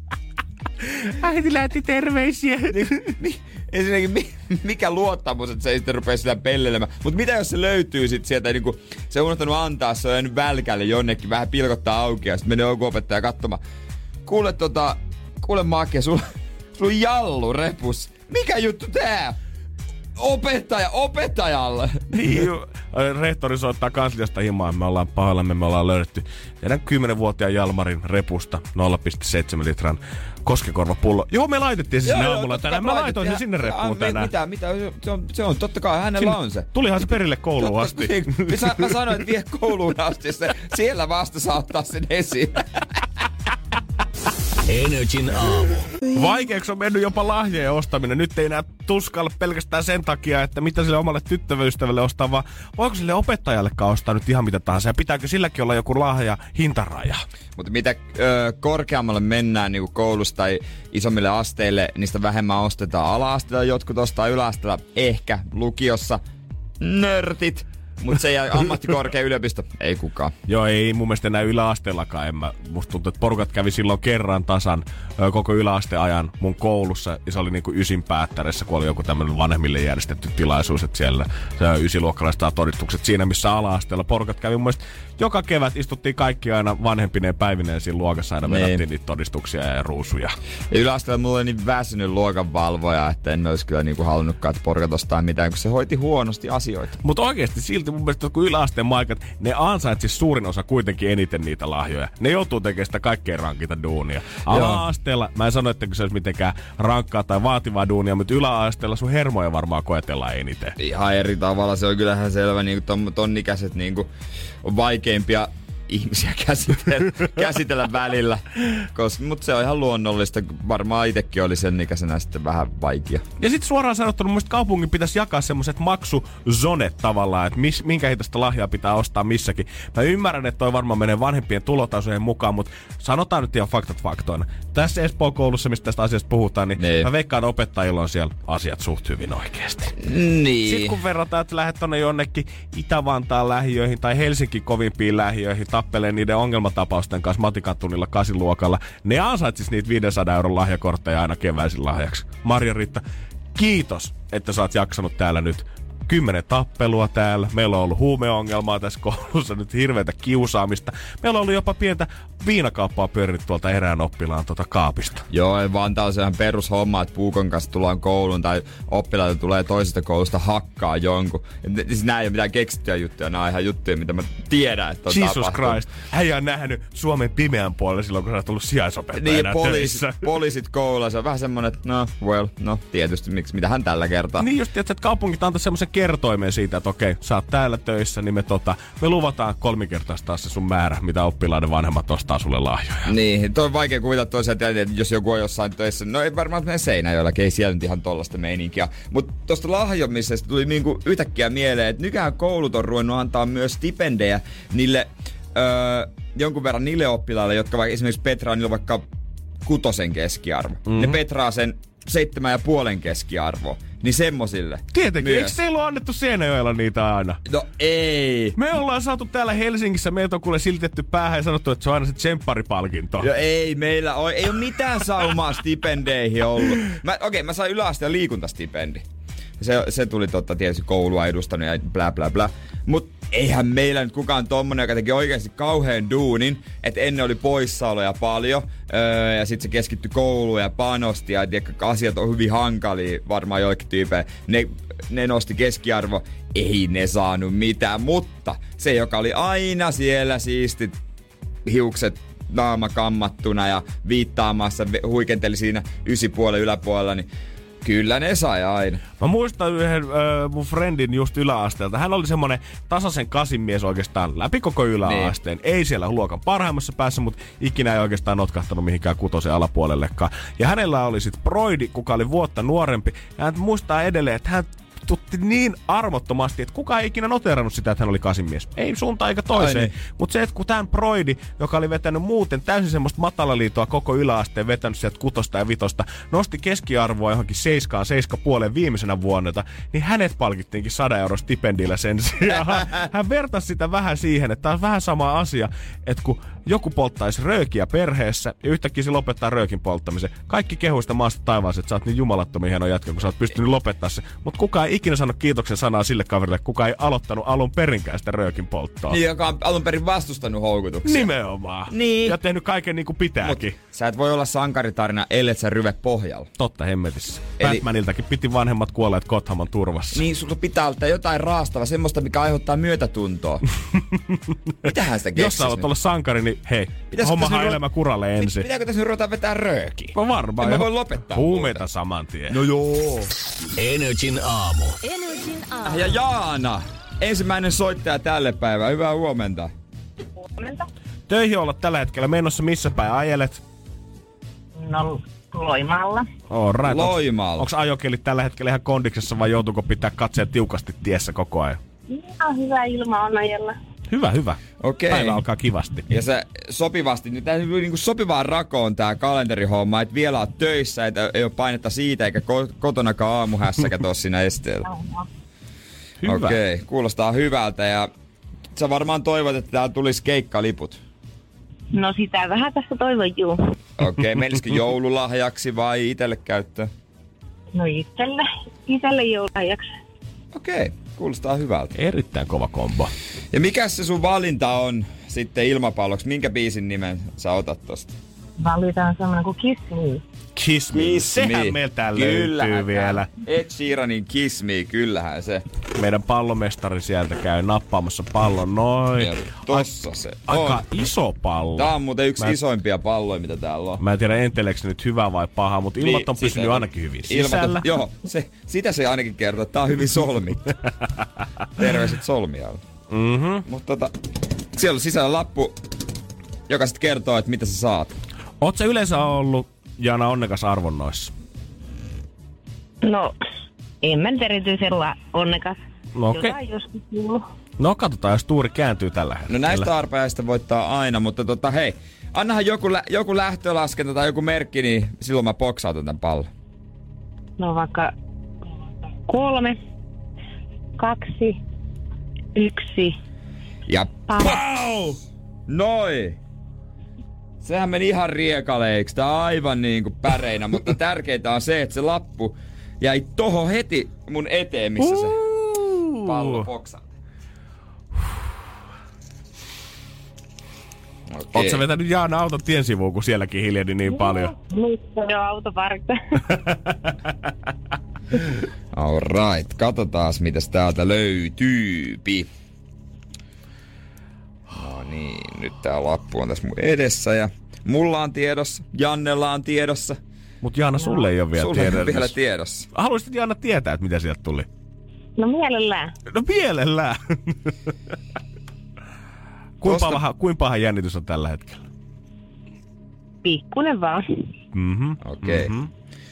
Äiti lähti terveisiä. Niin, ensinnäkin mikä luottamus, että se ei sitten rupea sitä pellelemään. Mutta mitä jos se löytyy sit sieltä, niin kun se on unohtanut antaa, se on jäänyt välkälle jonnekin, vähän pilkottaa auki ja sitten menee joku opettaja katsomaan. Kuule tota, kuule Make, sulla sul on jallu repus. Mikä juttu tää? Opettaja, opettajalle! Niin, rehtori soittaa kansliasta himaan. Me ollaan pahoillamme, me ollaan löydetty teidän kymmenvuotiaan Jalmarin repusta nolla pilkku seitsemän litran koskekorvapullo. Joo, me laitettiin se sinne aamulla tänään. Mä laitoin sen sinne reppuun tänään. Mitä, mitä? Se on, se on totta kai, hänellä Sinne, on se. Tulihan se perille kouluun asti. Mä, mä sanoin, että vie kouluun asti se. Siellä vasta saa ottaa sen esiin. Energin aamu. Vaikeaksi on mennyt jopa lahjojen ostaminen. Nyt ei enää tuskalle pelkästään sen takia, että mitä sille omalle tyttöystävälle ostaa, vaan voiko sille opettajallekaan ostaa nyt ihan mitä tahansa? Ja pitääkö silläkin olla joku lahja hintaraja? Mutta mitä ö, korkeammalle mennään niin koulusta tai isommille asteille, niistä vähemmän ostetaan. Ala-asteella jotkut ostaa, yläasteella ehkä, lukiossa nörtit. Mutta se ei ammattikorkea yliopisto, ei kukaan. Joo, ei mun mielestä enää yläasteellakaan. En mä, musta tuntuu, että porukat kävi silloin kerran tasan ö, koko yläasteajan mun koulussa. Ja se oli niinku ysin päättärissä, kun oli joku tämmönen vanhemmille järjestetty tilaisuus. Että siellä se ysiluokkalaiset saa todistukset siinä, missä ala-asteella porukat kävi mun mielestä joka kevät istuttiin kaikki aina vanhempineen päivineen siinä luokassa. Aina vedettiin niitä todistuksia ja ruusuja. Ja yläasteella mulla oli niin väsynyt luokanvalvoja, että en olisi kyllä niinku halunnutkaan, että porukat ostaa mitään, kun se hoiti huonosti asioita. Mutta oikeesti silti mun mielestä, kun yläasteen maikat, ne ansaitsis suurin osa kuitenkin eniten niitä lahjoja. Ne joutuu tekemään sitä kaikkein rankinta duunia. Ala-asteella, mä en sano, että se olisi mitenkään rankkaa tai vaativaa duunia, mutta yläasteella sun hermoja varmaan koetellaan eniten. Ihan eri tavalla, se on kyllähän selvä, niin ton, ton ikäiset niin on vaikeimpia ihmisiä käsitellä, käsitellä välillä. Mutta se on ihan luonnollista. Varmaan itsekin oli sen ikäisenä sitten vähän vaikea. Ja sitten suoraan sanottuna, mun mielestä kaupungin pitäisi jakaa semmoiset maksuzonet tavallaan, että mis, minkä hitosta lahjaa pitää ostaa missäkin. Mä ymmärrän, että toi varmaan menee vanhempien tulotasojen mukaan, mutta sanotaan nyt ihan faktat faktoina. Tässä Espoon koulussa, mistä tästä asiasta puhutaan, niin, niin. mä veikkaan opettajilla on siellä asiat suht hyvin oikeasti. Niin. Sitten kun verrataan, että lähdet tonne jonnekin Itä-Vantaan lähiöihin tai Helsinki kovimpiin lähiöihin, tappelee niiden ongelmatapausten kanssa matikan tunnilla kasiluokalla. Ne ansaitsis niitä viisisataa euron lahjakortteja aina keväisin lahjaksi. Marja-Riitta, kiitos, että sä oot jaksanut täällä nyt. Kymmenen tappelua täällä. Meillä on ollut huumeongelmaa tässä koulussa, nyt hirveätä kiusaamista. Meillä on ollut jopa pientä viinakauppaa pyörinyt tuolta erään oppilaan tuota kaapista. Joo, Vantaalla se ihan perushomma, että puukon kanssa tullaan kouluun tai oppilaita tulee toisesta koulusta hakkaa jonkun. Siis nää ei ole mitään keksittyjä juttuja, nää on ihan juttuja, mitä mä tiedän, että on Jesus tapahtunut. Christ. Äijä on nähnyt Suomen pimeän puolella silloin, kun sä oot tullut sijaisopettajana niin, poliisit, töissä. poliisit koululla, se on vähän semmonen, että no, well, no tietysti, miksi, mitä hän tällä kertaa. Niin just, että kaupungit antaa semmoisen kertoimeen siitä, että okei, sä oot täällä töissä, niin me, tota, me luvataan kolmikertaistaa se sun määrä, mitä oppilaiden vanhemmat ostaa sulle lahjoja. Niin, toi on vaikea kuvitella toisaalta, että jos joku on jossain töissä, no ei varmaan mene Seinäjoellakin, ei siellä nyt ihan tollaista meininkiä. Mutta tosta lahjomisesta tuli niinku yhtäkkiä mieleen, että nykyään koulut on ruvennut antaa myös stipendejä niille öö, jonkun verran niille oppilaille, jotka vaikka esimerkiksi petraa niillä vaikka kutosen keskiarvo. Mm-hmm. Ne petraa sen seitsemän ja puolen keskiarvoa. Niin semmosille. Tietenkin, myös. eikö teillä ole annettu Seinäjoella niitä aina? No ei. Me ollaan saatu täällä Helsingissä, meiltä on kuule siltetty päähän ja sanottu, että se on aina se tsempparipalkinto. No ei, meillä on, ei ole mitään saumaa stipendeihin ollut. Mä, okei, okay, mä sain yläasteen liikuntastipendi. Se, se tuli totta tietysti koulua edustanut ja bla bla bla. Mut eihän meillä nyt kukaan tommonen, joka teki oikeasti kauheen duunin, että ennen oli poissaoloja paljon öö, ja sit se keskittyi kouluun ja panosti ja tiedätkö, asiat on hyvin hankalia varmaan joillekin tyypeille. Ne, ne nosti keskiarvo, ei ne saanut mitään, mutta se joka oli aina siellä siistit hiukset naama kammattuna ja viittaamassa, huikenteli siinä ysipuolen yläpuolella, niin kyllä ne sai aina. Mä muistan yhden äh, mun friendin just yläasteelta. Hän oli semmonen tasaisen kasinmies oikeastaan läpi koko yläasteen. Niin. Ei siellä luokan parhaimmassa päässä, mutta ikinä ei oikeastaan notkahtanut mihinkään kutosen alapuolellekaan. Ja hänellä oli sit broidi, kuka oli vuotta nuorempi. Ja hän muistaa edelleen, että hän tutti niin armottomasti, että kukaan ei ikinä noteerannut sitä, että hän oli kasinmies. Ei suuntaan eikä toiseen. Niin. Mutta se, että kun tämän broidi, joka oli vetänyt muuten täysin semmoista matalaliitoa koko yläasteen, vetänyt sieltä kutosta ja vitosta, nosti keskiarvoa johonkin seiskaan, seiska puoleen viimeisenä vuonna, niin hänet palkittiinkin sadan euron stipendillä sen sijaan. Hän vertasi sitä vähän siihen, että tämä on vähän sama asia, että kun joku polttaisi röökiä perheessä ja yhtäkkiä se lopettaa röökin polttamisen. Kaikki kehuista maasta taivaaseen, että sä oot niin jumalattoman hieno jätkä, kun sä oot pystynyt lopettaa se. Mutta kukaan ei ikinä sano kiitoksen sanaa sille kaverille, kuka ei aloittanut alun perinkään sitä röökin polttoa. Niin, joka on alun perin vastustanut houkutuksia. Nimenomaan. Niin. Ja tehnyt kaiken niin kuin pitääkin. Mut sä et voi olla sankaritarina, ellet sä ryve pohjalla. Totta hemmetissä. Eli Batmaniltakin piti vanhemmat kuolleet Gothaman turvassa. niin, sulla pitää olla jotain raastavaa, semmoista, mikä aiheuttaa myötätuntoa. Mitähän sitä keksis? Jos sä haluat olla sankari, niin hei, Pitäisikö hommahan tässä elämä kuralle ensin. Pitääkö tässä nyt ruveta vetää röökiä? No varmaan. En mä voi lopettaa. Huumeita saman tien. No joo. Energin aamu. Energin aamu. Ja Jaana, ensimmäinen soittaja tälle päivään. Hyvää huomenta. Huomenta. Töihin olla tällä hetkellä menossa, missä päin ajelet? No, Loimaalla. Oh, right. Loimaalla. Onko ajokelit tällä hetkellä ihan kondiksessa vai joutuuko pitää katseet tiukasti tiessä koko ajan? Ihan hyvä ilma on ajella. Hyvä, hyvä. Okei. Päivä alkaa kivasti. Ja se sopivasti, niin tää niinku sopivaan rakoon tää kalenterihomma, että vielä oot töissä, että ei ole painetta siitä, eikä ko- kotonakaan aamuhässäkä tos siinä esteellä. Hyvä. Okei, kuulostaa hyvältä ja sä varmaan toivot, että täällä tulisi keikkaliput. No sitä vähän tässä toivon, juu. Okei, menisikö joululahjaksi vai itelle käyttöön? No itselle, itselle joululahjaksi. Okei, kuulostaa hyvältä. Erittäin kova kombo. Ja mikä se sun valinta on sitten ilmapalloksi? Minkä biisin nimen sä otat tosta? Valitaan semmonen kuin Kiss Me. Kiss me. Sehän meiltä löytyy vielä. Ed Sheeranin Kiss Me, kyllähän se. Meidän pallomestari sieltä käy nappaamassa pallon noin. Ja tossa se Aika on. iso pallo. Tää on muuten yksi Mä... isoimpia palloja, mitä täällä on. Mä en tiedä enteleekö se nyt hyvä vai paha, mutta ilmat Niin, on pysynyt sitä- ainakin hyvin Ilmat sisällä. on, joo, se, sitä se ainakin kertoo, että tää on hyvin solmittu. Terveiset solmialle. Mhm. Mutta tota, siellä on sisällä lappu, joka sitten kertoo, että mitä sä saat. Oot sä yleensä ollut, Jaana, onnekas arvonnoissa? No, en mä nyt erityisellä onnekas. No okei. Jotain joskus kuuluu. No katsotaan, jos tuuri kääntyy tällä hetkellä. No näistä arpajaista voittaa aina, mutta tota hei, annahan joku, lä- joku lähtölaskenta tai joku merkki, niin silloin mä boksautan tän pallon. No vaikka kolme, kaksi, yksi. Ja Pau! noi! Sehän meni ihan riekaleiksi. Tää on aivan niinku päreinä, mutta tärkeintä on se, että se lappu jäi toho heti mun eteen, missä se pallo boksautti. Okay. Oot sä vetänyt Jaana auton tien sivuun, kun sielläkin hiljeni niin paljon? Nyt on jo autoparkta. Alright, katsotaas mitäs täältä löytyypi. No niin, nyt tää lappu on tässä mun edessä ja mulla on tiedossa, Jannella on tiedossa. Mut Jaana, sulle ei ole vielä Sulla on tiedossa. vielä tiedossa. Haluaisit Jaana tietää, että mitä sieltä tuli? No mielellään. No mielellään. Kuinka Tosta- paha, kuin paha jännitys on tällä hetkellä? Pikkunen vaan. Mhm. Okei. Mhm.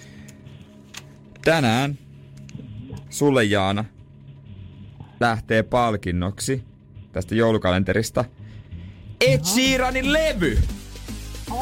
Tänään sulle, Jaana, lähtee palkinnoksi tästä joulukalenterista Ed Sheeranin levy.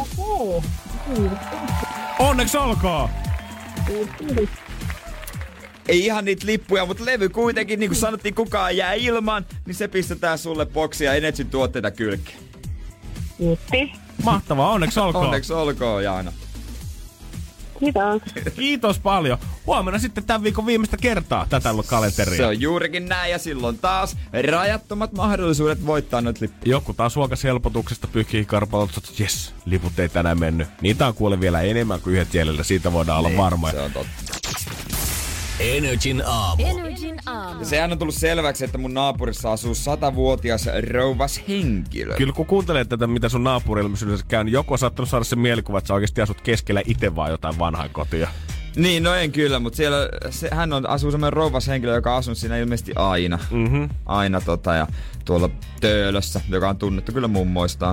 Onneksi olkoon! ei ihan niitä lippuja, mutta levy kuitenkin, niin kuin sanottiin, kukaan jää ilman, niin se pistetään sulle boksia Energyn tuotteita kylkeen. Kiitti. Mahtavaa, onneksi olkoon. Onneksi olkoon, Jaana. Kiitos. Kiitos paljon. Huomenna sitten tämän viikon viimeistä kertaa tätä kalenteria. Se on juurikin näin ja silloin taas rajattomat mahdollisuudet voittaa noita lippuja. Joku taas huokas helpotuksesta pyyhkii karpalot, että jes, liput ei tänään mennyt. Niitä on kuule vielä enemmän kuin yhdet jäljellä, siitä voidaan olla niin, varma. Se on totta. Energin aamu. Energin aamu. Sehän on tullut selväksi, että mun naapurissa asuu satavuotias rouvas henkilö. Kyllä kun kuuntelee tätä, mitä sun naapurilla yleensä käy, niin joku on saattanut saada sen mielikuva, että sä oikeasti asut keskellä itse vaan jotain vanhainkotia. Niin, no en kyllä, mutta siellä se, hän on, asuu semmoinen rouvas henkilö, joka asuu siinä ilmeisesti aina. Mm-hmm. Aina tota, ja tuolla Töölössä, joka on tunnettu kyllä mummoistaan.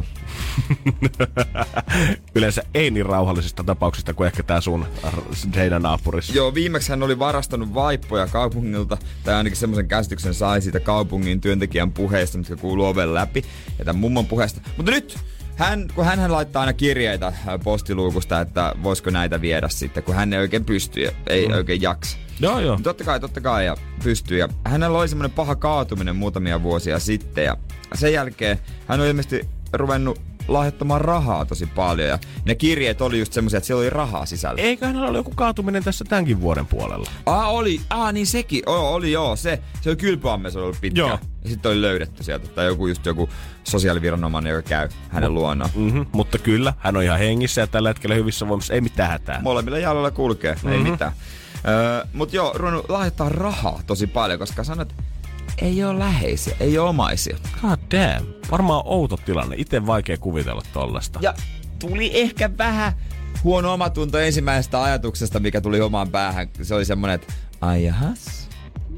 Yleensä ei niin rauhallisista tapauksista kuin ehkä tää sun heidän naapurissa. Joo, viimeksi hän oli varastanut vaippoja kaupungilta, tai ainakin semmoisen käsityksen sai siitä kaupungin työntekijän puheista, mitkä kuuluu oven läpi, ja tämän mummon puheesta. Mutta nyt hän, kun hän laittaa aina kirjeitä postiluukusta, että voisiko näitä viedä sitten, kun hän ei oikein pysty, ei mm. oikein jaksa. Joo, joo. Totta kai, totta kai, ja pystyy. Ja hänellä oli semmoinen paha kaatuminen muutamia vuosia sitten, ja sen jälkeen hän on ilmeisesti ruvennut lahjoittamaan rahaa tosi paljon, ja ne kirjeet oli just semmoisia, että siellä oli rahaa sisällä. Eiköhän hänellä ole joku kaatuminen tässä tämänkin vuoden puolella? Ah, oli. Ah, niin sekin. Oh, oli joo, se. Se oli kylpyamme, ollut pitkä. Joo. Ja sitten oli löydetty sieltä. Tai joku just joku sosiaaliviranomainen, joka käy hänen luonaan. Mm-hmm. Mutta kyllä, hän on ihan hengissä ja tällä hetkellä hyvissä voimissa. Ei mitään hätää. Molemmilla jaloilla kulkee, mm-hmm. ei mitään. Öö, mut joo, ruvennut lahjoittaa rahaa tosi paljon, koska sanot, ei oo läheisiä, ei oo omaisia. God damn. Varmaan outo tilanne. Itse vaikea kuvitella tollasta. Ja tuli ehkä vähän huono omatunto ensimmäisestä ajatuksesta, mikä tuli omaan päähän. Se oli semmonen, että ai jahas.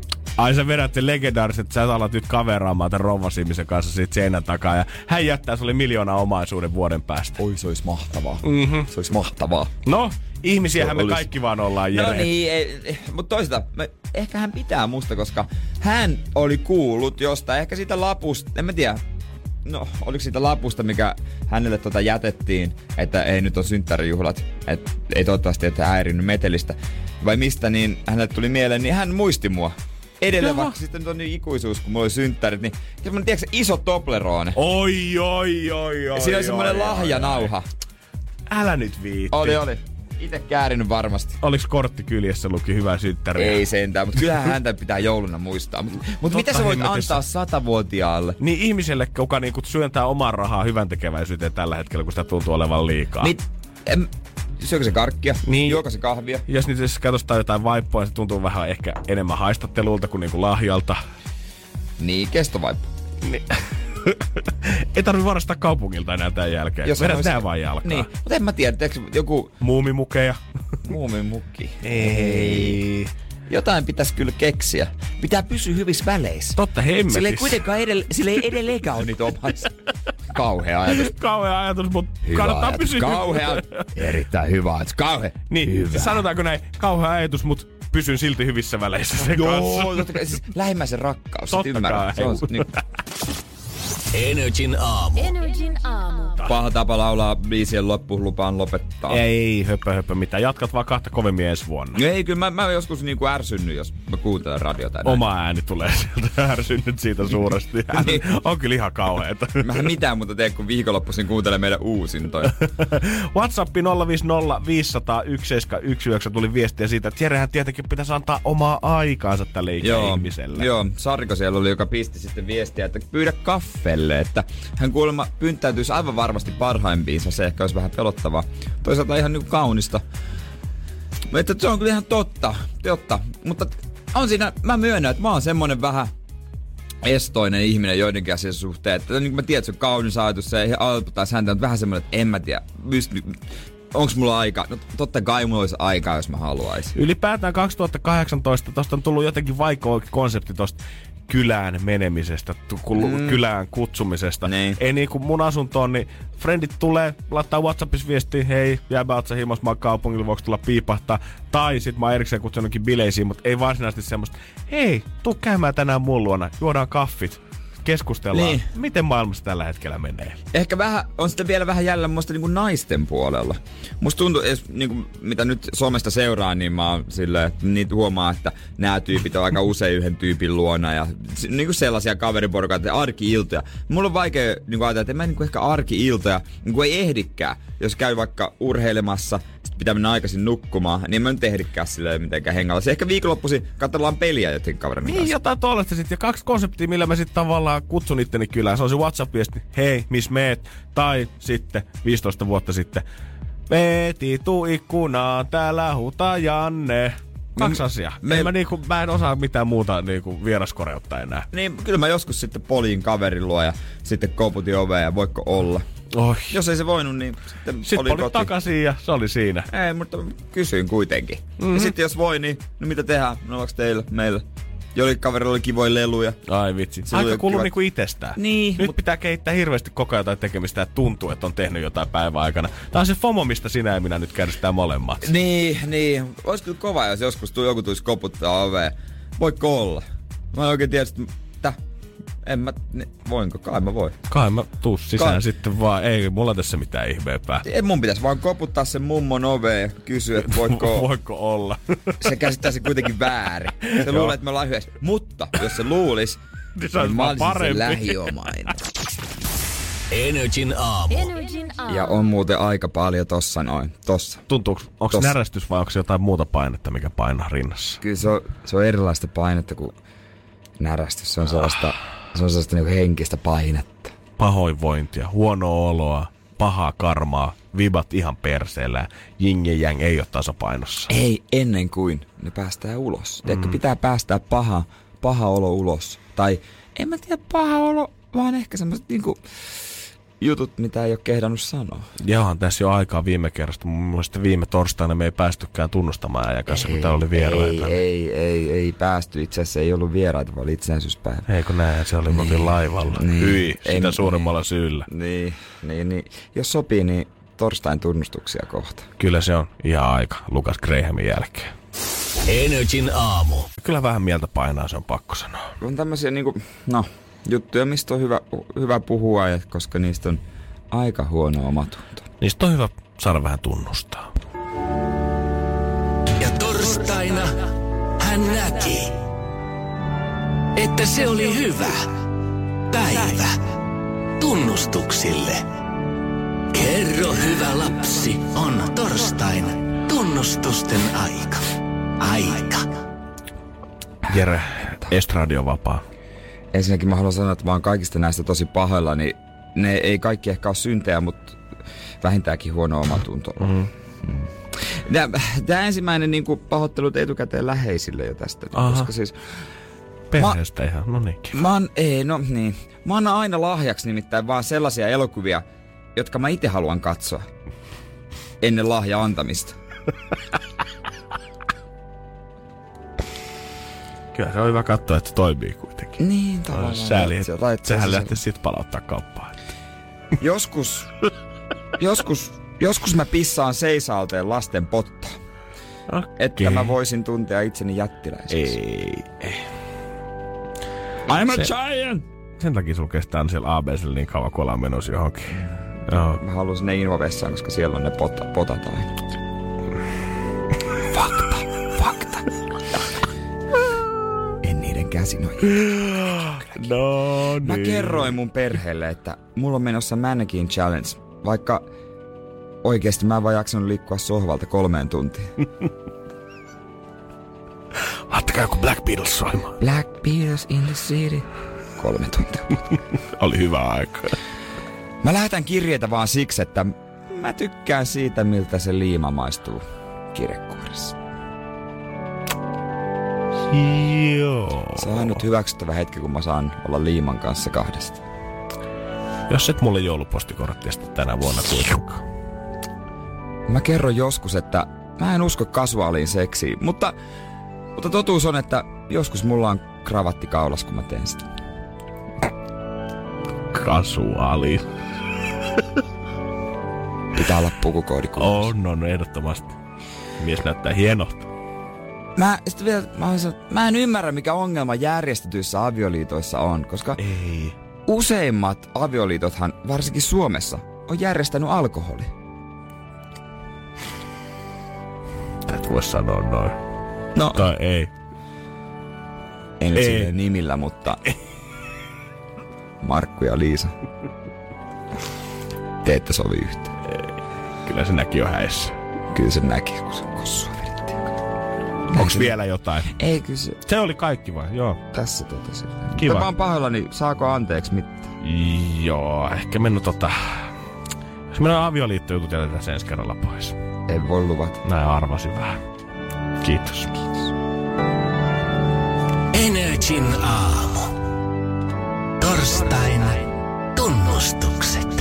Ai sä vedät sen legendaarisen, että sä alat nyt kaveraamaan tämän rouvas-ihmisen kanssa siitä seinän takaa ja hän jättää sulle miljoonaa omaisuuden vuoden päästä. Oi, se olisi mahtavaa. Mm-hmm. Se olisi mahtavaa. No, ihmisiähän me olisi... kaikki vaan ollaan, Jere. No niin, ei, mutta toisaalta, me, ehkä hän pitää musta, koska hän oli kuullut jostain, ehkä siitä lapusta, en mä tiedä, no oliko siitä lapusta, mikä hänelle tota jätettiin, että ei nyt on synttärijuhlat, että ei toivottavasti, että häirinyt metelistä, vai mistä, niin hänelle tuli mieleen, niin hän muisti mua. Edelleen, Jaha. Vaikka sitten on niin ikuisuus, kun mulla oli synttärit, niin semmonen, tiedätkö, iso Toblerone. Oi, oi, oi, oi. Siinä oli semmonen lahjanauha. Älä nyt viitti. Oli, oli. Ite käärinyt varmasti. Oliks kortti kyljessä luki hyvää synttäriä? Ei sentään, mutta kyllähän häntä pitää jouluna muistaa. Mutta mut mitä sä voit himmetessä antaa satavuotiaalle? Niin ihmiselle, joka niinku syöntää omaa rahaa hyvän tekeväisyyteen tällä hetkellä, kun sitä tuntuu olevan liikaa. Mit, em, syökö se karkkia? Niin. Juoko se kahvia? Jos nyt jos katsostaan jotain vaippoa, se tuntuu vähän ehkä enemmän haistattelulta kuin niinku lahjalta. Niin, kestovaippo. Niin. Ei tarvi varastaa kaupungilta enää tämän jälkeen. Jos vedät nää vaan jalkaa. Niin, mutta en mä tiedä, teekö joku... Muumimukeja. Muumimukki. Ei. Jotain pitäisi kyllä keksiä. Pitää pysyä hyvissä väleissä. Totta hemmetissä. Sillä ei kuitenkaan edelle, sillä ei edelleenkään ole niitä omaisia. Kauhea ajatus. Kauhea ajatus, mutta kannattaa pysyä. Kauhea. Erittäin hyvä ajatus. Kauhea. Niin, hyvä. Sanotaanko näin, kauhea ajatus, mutta pysyn silti hyvissä väleissä sen kanssa. Joo, totta kai. Siis lähimmäisen rakkaus. Totta kai. Se on, niin. Energin aamu. Energin aamu. Paha tapa laulaa biisien loppuun, lupaan lopettaa. Ei, höpö höpö mitään. Jatkat vaan kahta kovemmin ensi vuonna. Ei, kyllä mä, mä joskus niinku ärsynnyt, jos mä kuuntelen radiota. Oma ääni tulee sieltä, ärsynnyt siitä suuresti. Niin. On kyllä ihan kauheeta. Mä en mitään muuta tee, kun viikonloppuisin kuuntelen meidän uusintoja. WhatsAppi nolla viisi nolla viisi nolla nolla yksi seitsemän yksi yhdeksän tuli viestiä siitä, että Jerehän tietenkin pitäisi antaa omaa aikaansa tälle ikäihmiselle. Joo, Sarko siellä oli, joka pisti sitten viestiä, että pyydä kaffelle, että hän kuulemma pynttäytyisi aivan varmasti parhaimpiinsa. Se ehkä olisi vähän pelottavaa. Toisaalta ihan niinku kaunista. Mutta se on kyllä ihan totta, totta. Mutta on siinä, mä myönnän, että mä oon semmonen vähän estoinen ihminen joidenkin asian suhteen. Että niin kuin mä tiedän, että se on kaunis ajatus, se ei alputtaisi häntä, mutta vähän semmonen, että en mä tiedä, pyst- onks mulla aikaa? No totta kai mulla olisi aikaa, jos mä haluaisin. Ylipäätään kaksituhattakahdeksantoista tosta on tullut jotenkin vaikea konsepti tosta kylään menemisestä, mm. kylään kutsumisesta. Niin. Ei niinku mun asuntoon, niin friendit tulee, laittaa WhatsAppissa viestiä, hei, jääpä oot sä himas, mä oon kaupungilla, voiko tulla piipahtaa. Tai sit mä oon erikseen kutsunutkin bileisiin, mutta ei varsinaisesti semmoista, hei, tuu käymään tänään mun luona, juodaan kaffit. keskustellaan, Niin. miten maailmassa tällä hetkellä menee. Ehkä vähän, on sitten vielä vähän jäljellä musta niinku naisten puolella. Musta tuntuu, edes, niinku, mitä nyt somesta seuraa, niin mä oon silleen, että niitä huomaa, että nämä tyypit on aika usein yhden tyypin luona ja niinku sellaisia kaveriporukoita, arki-iltoja. Mulla on vaikea niinku ajatella, että en mä niinku ehkä arki-iltoja, niinku ei ehdikään, jos käy vaikka urheilemassa, pitää mennä aikaisin nukkumaan, niin mä nyt ehdikään silleen mitenkään hengalla. Se ehkä viikonloppuisin katsellaan peliä jotenkin kaverin Niin, kanssa. jotain tollaista sit. Ja kaksi konseptia, millä mä sit tavallaan kutsun itteni kylään. Se on se WhatsApp-viesti, hei, miss meet? Tai sitten viisitoista vuotta sitten, Peti, tuu ikkunaan, täällä huutaa Janne. Kaksi asiaa. me- Me... Mä, niinku, mä en osaa mitään muuta niinku vieraskoreutta enää. Niin, kyllä mä joskus sitten polin kaverin luo ja sitten koputin oveen ja voiko olla. Oi. Jos ei se voinut, niin sitten Sitten olin oli koti. takaisin ja se oli siinä. Ei, mutta kysyin kuitenkin. Mm-hmm. Ja sitten jos voi, niin no mitä tehdään? No onko teillä, meillä? Jollakin kaverilla oli kivoja leluja. Ai vitsi. Se oli Aika kuluu kiva- niinku itsestään. Niin, Nyt mut- pitää kehittää hirveästi koko ajan jotain tekemistä, että tuntuu, että on tehnyt jotain päivän aikana. Tää on se FOMO, mistä sinä ja minä nyt käydään molemmat. Niin, niin. Olisi kyllä kova, jos joskus tuu, joku tulisi koputtaa oveen. Voiko olla? Mä en oikein tiedä, että en mä, ne, voinko? Kai mä voin. Kai mä tuu sisään Kai- sitten vaan. Ei mulla tässä mitään ihmeempää. Ei mun pitäisi vaan koputtaa sen mummon oveen ja kysyä, että voiko Voiko olla? se käsittäisi kuitenkin väärin. Se luulee, että me ollaan yhdessä. Mutta jos se luulis, Niin se olisi niin mä vaan olisin parempi. se lähiomainen. Energin aamu. Energin aamu. Ja on muuten aika paljon tossa noin. Tossa. Tuntuuko, onko Tossa. närästys vai onko se jotain muuta painetta, mikä painaa rinnassa? Kyllä se on, se on erilaista painetta kuin närästys. Se on sellaista, se on sellaista niinku henkistä painetta. Pahoinvointia, huonoa oloa, pahaa karmaa, vibat ihan perseellä, jing ja jang ei ole tasapainossa. Ei ennen kuin ne päästää ulos. Mm. Tiedätkö, pitää päästää paha, paha olo ulos. Tai en mä tiedä paha olo, vaan ehkä semmoset niinku jutut, mitä ei ole kehdannut sanoa. Jahan tässä jo aikaa viime kerrasta. Mun mielestä viime torstaina me ei päästykään tunnustamaan äijän kanssa, kun täällä oli vieraita. Ei, ei, ei, ei päästy. Itse asiassa ei ollut vieraita, vaan oli itsenäisyyspäivä. Eikö näin, se oli niin, laivalla. niin. Hyi, sitä Ei, suuremmalla syyllä. Niin, niin, niin. Jos sopii, niin torstain tunnustuksia kohta. Kyllä se on ihan aika Lukas Grahamin jälkeen. Energin aamu. Kyllä vähän mieltä painaa, se on pakko sanoa. On tämmöisiä niinku, no, juttuja, mistä on hyvä, hyvä puhua, ja koska niistä on aika huono omatunto. Niistä on hyvä saada vähän tunnustaa. Ja torstaina hän näki, että se oli hyvä päivä tunnustuksille. Kerro hyvä lapsi, on torstain tunnustusten aika. Aika. Jere, Estradio vapaa. Ensinnäkin mä haluan sanoa, että mä oon kaikista näistä tosi pahoilla, niin ne ei kaikki ehkä ole syntejä, mutta vähintäänkin huono omatunto. Mm-hmm. Mm. Tämä ensimmäinen niin kuin pahoittelut etukäteen läheisille jo tästä, Aha. koska siis Perheestä mä, ihan, no niinkin. Mä oon, ei, no niin. Mä annan aina lahjaksi nimittäin vaan sellaisia elokuvia, jotka mä itse haluan katsoa ennen lahja antamista. Kyllä se on hyvä katsoa, että se toimii kuitenkin. Niin, tavallaan. Sääli, Se- että lait- sehän se- lähtee sit palauttaa kauppaan. Joskus, joskus, joskus mä pissaan seisaalteen lasten pottaa, Okay. että mä voisin tuntea itseni jättiläiseksi. Ei, ei. I'm a Se- giant! Sen takia sulla kestää aina siellä A B C:llä niin kauan, kun ollaan menossa johonkin. Joo. Mä haluan sinne Invovessaan, koska siellä on ne pota, potat aina. Fakta, fakta. En niiden käsin ole. No niin. Mä kerroin mun perheelle, että mulla on menossa Mannequin Challenge, vaikka oikeesti mä en vaan jaksanut liikkua sohvalta kolmeen tuntiin. Laittakaa joku Black Beatles soimaan. Black Beatles in the city. Kolme tuntia. Oli hyvä aika. Mä lähetän kirjeitä vaan siksi, että mä tykkään siitä, miltä se liima maistuu kirjekuoressa. Joo. Se on ainut hyväksyttävä hetki, kun mä saan olla liiman kanssa kahdesta. Jos et mulle joulupostikorttia sitten tänä vuonna kuitenkaan. Mä kerron joskus, että mä en usko kasuaaliin seksiin, mutta, mutta totuus on, että joskus mulla on kravatti kaulas, kun mä teen sitä. Kasuaali. Pitää olla pukukoodi kuulossa. On, on, ehdottomasti. Mies näyttää hienolta. Mä, sit vielä, mä, sanon, mä en ymmärrä, mikä ongelma järjestetyissä avioliitoissa on, koska Ei. useimmat avioliitothan, varsinkin Suomessa, on järjestänyt alkoholi. Et voi sanoa noin. No, Tai ei. ei nyt Ei. silleen nimillä, mutta Markku ja Liisa, te ette sovi yhteen. Kyllä se näki jo häissä. Kyllä se näki, kun se kossua vedettiin. Onks vielä jotain? Ei, kyllä se Se oli kaikki vai? Joo. tässä tota silleen. Kiva. Mutta mä oon pahoillani, saako anteeksi mitään? Joo, ehkä mennyt tota... Jos mennään avioliittojutut jätetään sen ensi kerralla pois. Ei voi luvata. Näin arvasin vähän. Kiitos. Kiitos. Energin aamu. Torstain tunnustukset.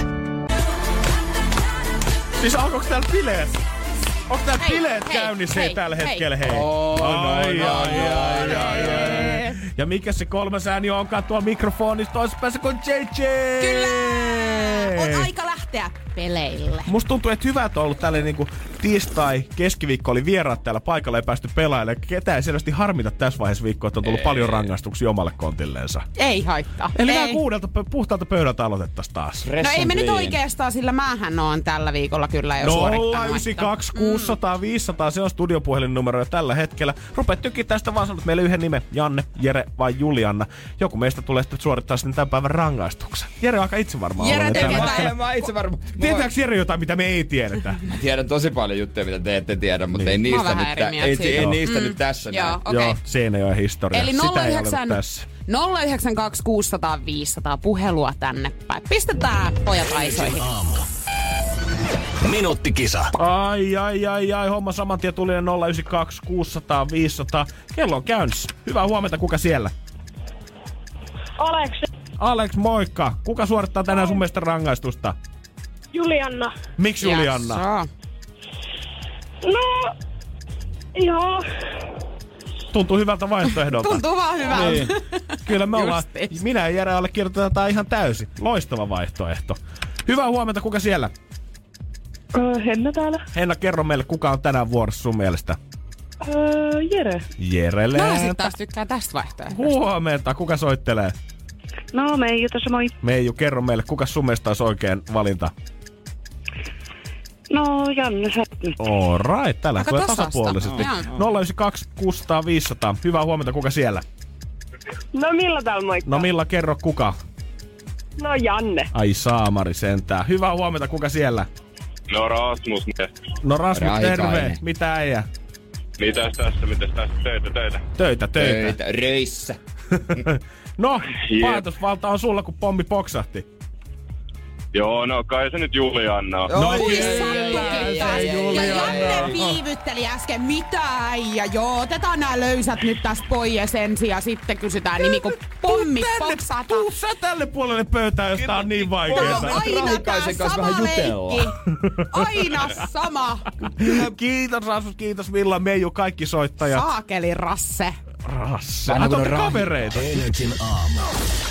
Siis alkoiko täällä bileet? Onko täällä Hei, bileet hei, käynnissä hei, tällä hei. hetkellä? Hei. Oh, ai, no, ai, no, ai, no, ai, ai. Ja mikä se kolmas ääni onkaan tuolla mikrofonissa toisessa päässä kuin J J? Kyllä! On aika lähteä peleille. Musta tuntuu, että hyvät on ollut tälle niinku tiistai, keskiviikko oli vieraat täällä paikalla ja päästy pelaamaan. Ketään ei selvästi harmita tässä vaiheessa viikkoa, että on tullut ei. paljon rangaistuksia omalle kontilleensa. Ei haittaa. Eli ei. vähän kuudelta puhtaalta pöydältä aloitettaisiin taas. No ei me nyt oikeastaan, sillä mähän on tällä viikolla kyllä jo nolla suorittanut. yhdeksän kaksi kuusisataa viisisataa, se on studiopuhelinnumero jo tällä hetkellä. Rupeat tykiä tästä vaan sanot meille yhden nimen, Janne, Jere vai Julianna. Joku meistä tulee sitten suorittaa sitten tämän päivän rangaistuksen. Jere on aika itse varmaan. Jere tekee Mä, jotain. mä, mä itse varmaan. Tietääks Jere jotain, mitä me ei tiedetä? Mä tiedän tosi paljon juttuja, mitä te ette tiedä, mutta Niin. ei Mä oon niistä, vähän nyt, eri tä- mieltä ei, siitä. ei Joo. niistä Mm. nyt tässä Joo, näin. okei. Joo, siinä ei ole historia. Eli Sitä ei ole tässä. nolla yhdeksän kaksi kuusisataa viisisataa puhelua tänne päin. Pistetään pojat aisoihin. Aamu. Minuuttikisa. Ai, ai, ai, ai. Homma saman tien tuli nolla yhdeksän kaksi kuusisataa viisisataa. Kello on käynnissä. Hyvää huomenta, kuka siellä? Aleksi, Alex, moikka. Kuka suorittaa tänään sun mielestä rangaistusta? Julianna. Miksi Julianna? Jaså. No, joo. Tuntuu hyvältä vaihtoehdolta. Tuntuu vaan hyvältä. Niin. Kyllä me ollaan, Justiis. minä ja Jere allekirjoitetaan tää ihan täysin. Loistava vaihtoehto. Hyvää huomenta, kuka siellä? Öö, Henna täällä. Henna, kerro meille, kuka on tänään vuorossa sun mielestä? Öö, Jere. Jerelle. Mä sit taas tykkään tästä vaihtoehdosta. Huomenta, kuka soittelee? No, Meiju tässä moi. Meiju, kerro meille, kuka sun mielestä olisi oikein valinta? No, Janne, sä nyt. All right, tällä Aika tulee tasasta. tasapuolisesti. Joo. nolla yhdeksän kaksi kuusisataa viisisataa. Hyvää huomenta, kuka siellä? No, Milla täällä moikka. No Milla, kerro kuka? No, Janne. Ai saamari sentään. Hyvää huomenta, kuka siellä? No Rasmus, mies. No Rasmus, Raikainen. terve. Mitä äijä? Mitäs tässä, mitäs tässä, töitä, töitä. Töitä, töitä. Töitä, röissä. No, Jep. päätösvalta on sulla, kun pommi poksahti. Joo, no kai se nyt Julianna on. No, Ui, kyllä, sattukin taas. se Ja Julianna. Janne viivytteli äsken. Mitä äijä? Joo, otetaan nää löysät nyt tästä pois ensin ja sitten kysytään nimi, kun pommi poksata. Tuu sä tälle puolelle pöytään, jos tää on niin vaikeeta. No, aina tää Rahikaisen kanssa sama vähän jutella. leikki. Aina sama. Kiitos Rasmus, kiitos Milla, Meiju, kaikki soittajat. Saakeli rasse. Rasse. Vanha Ai, te kun on olette rahi. kavereita. Energin aamu.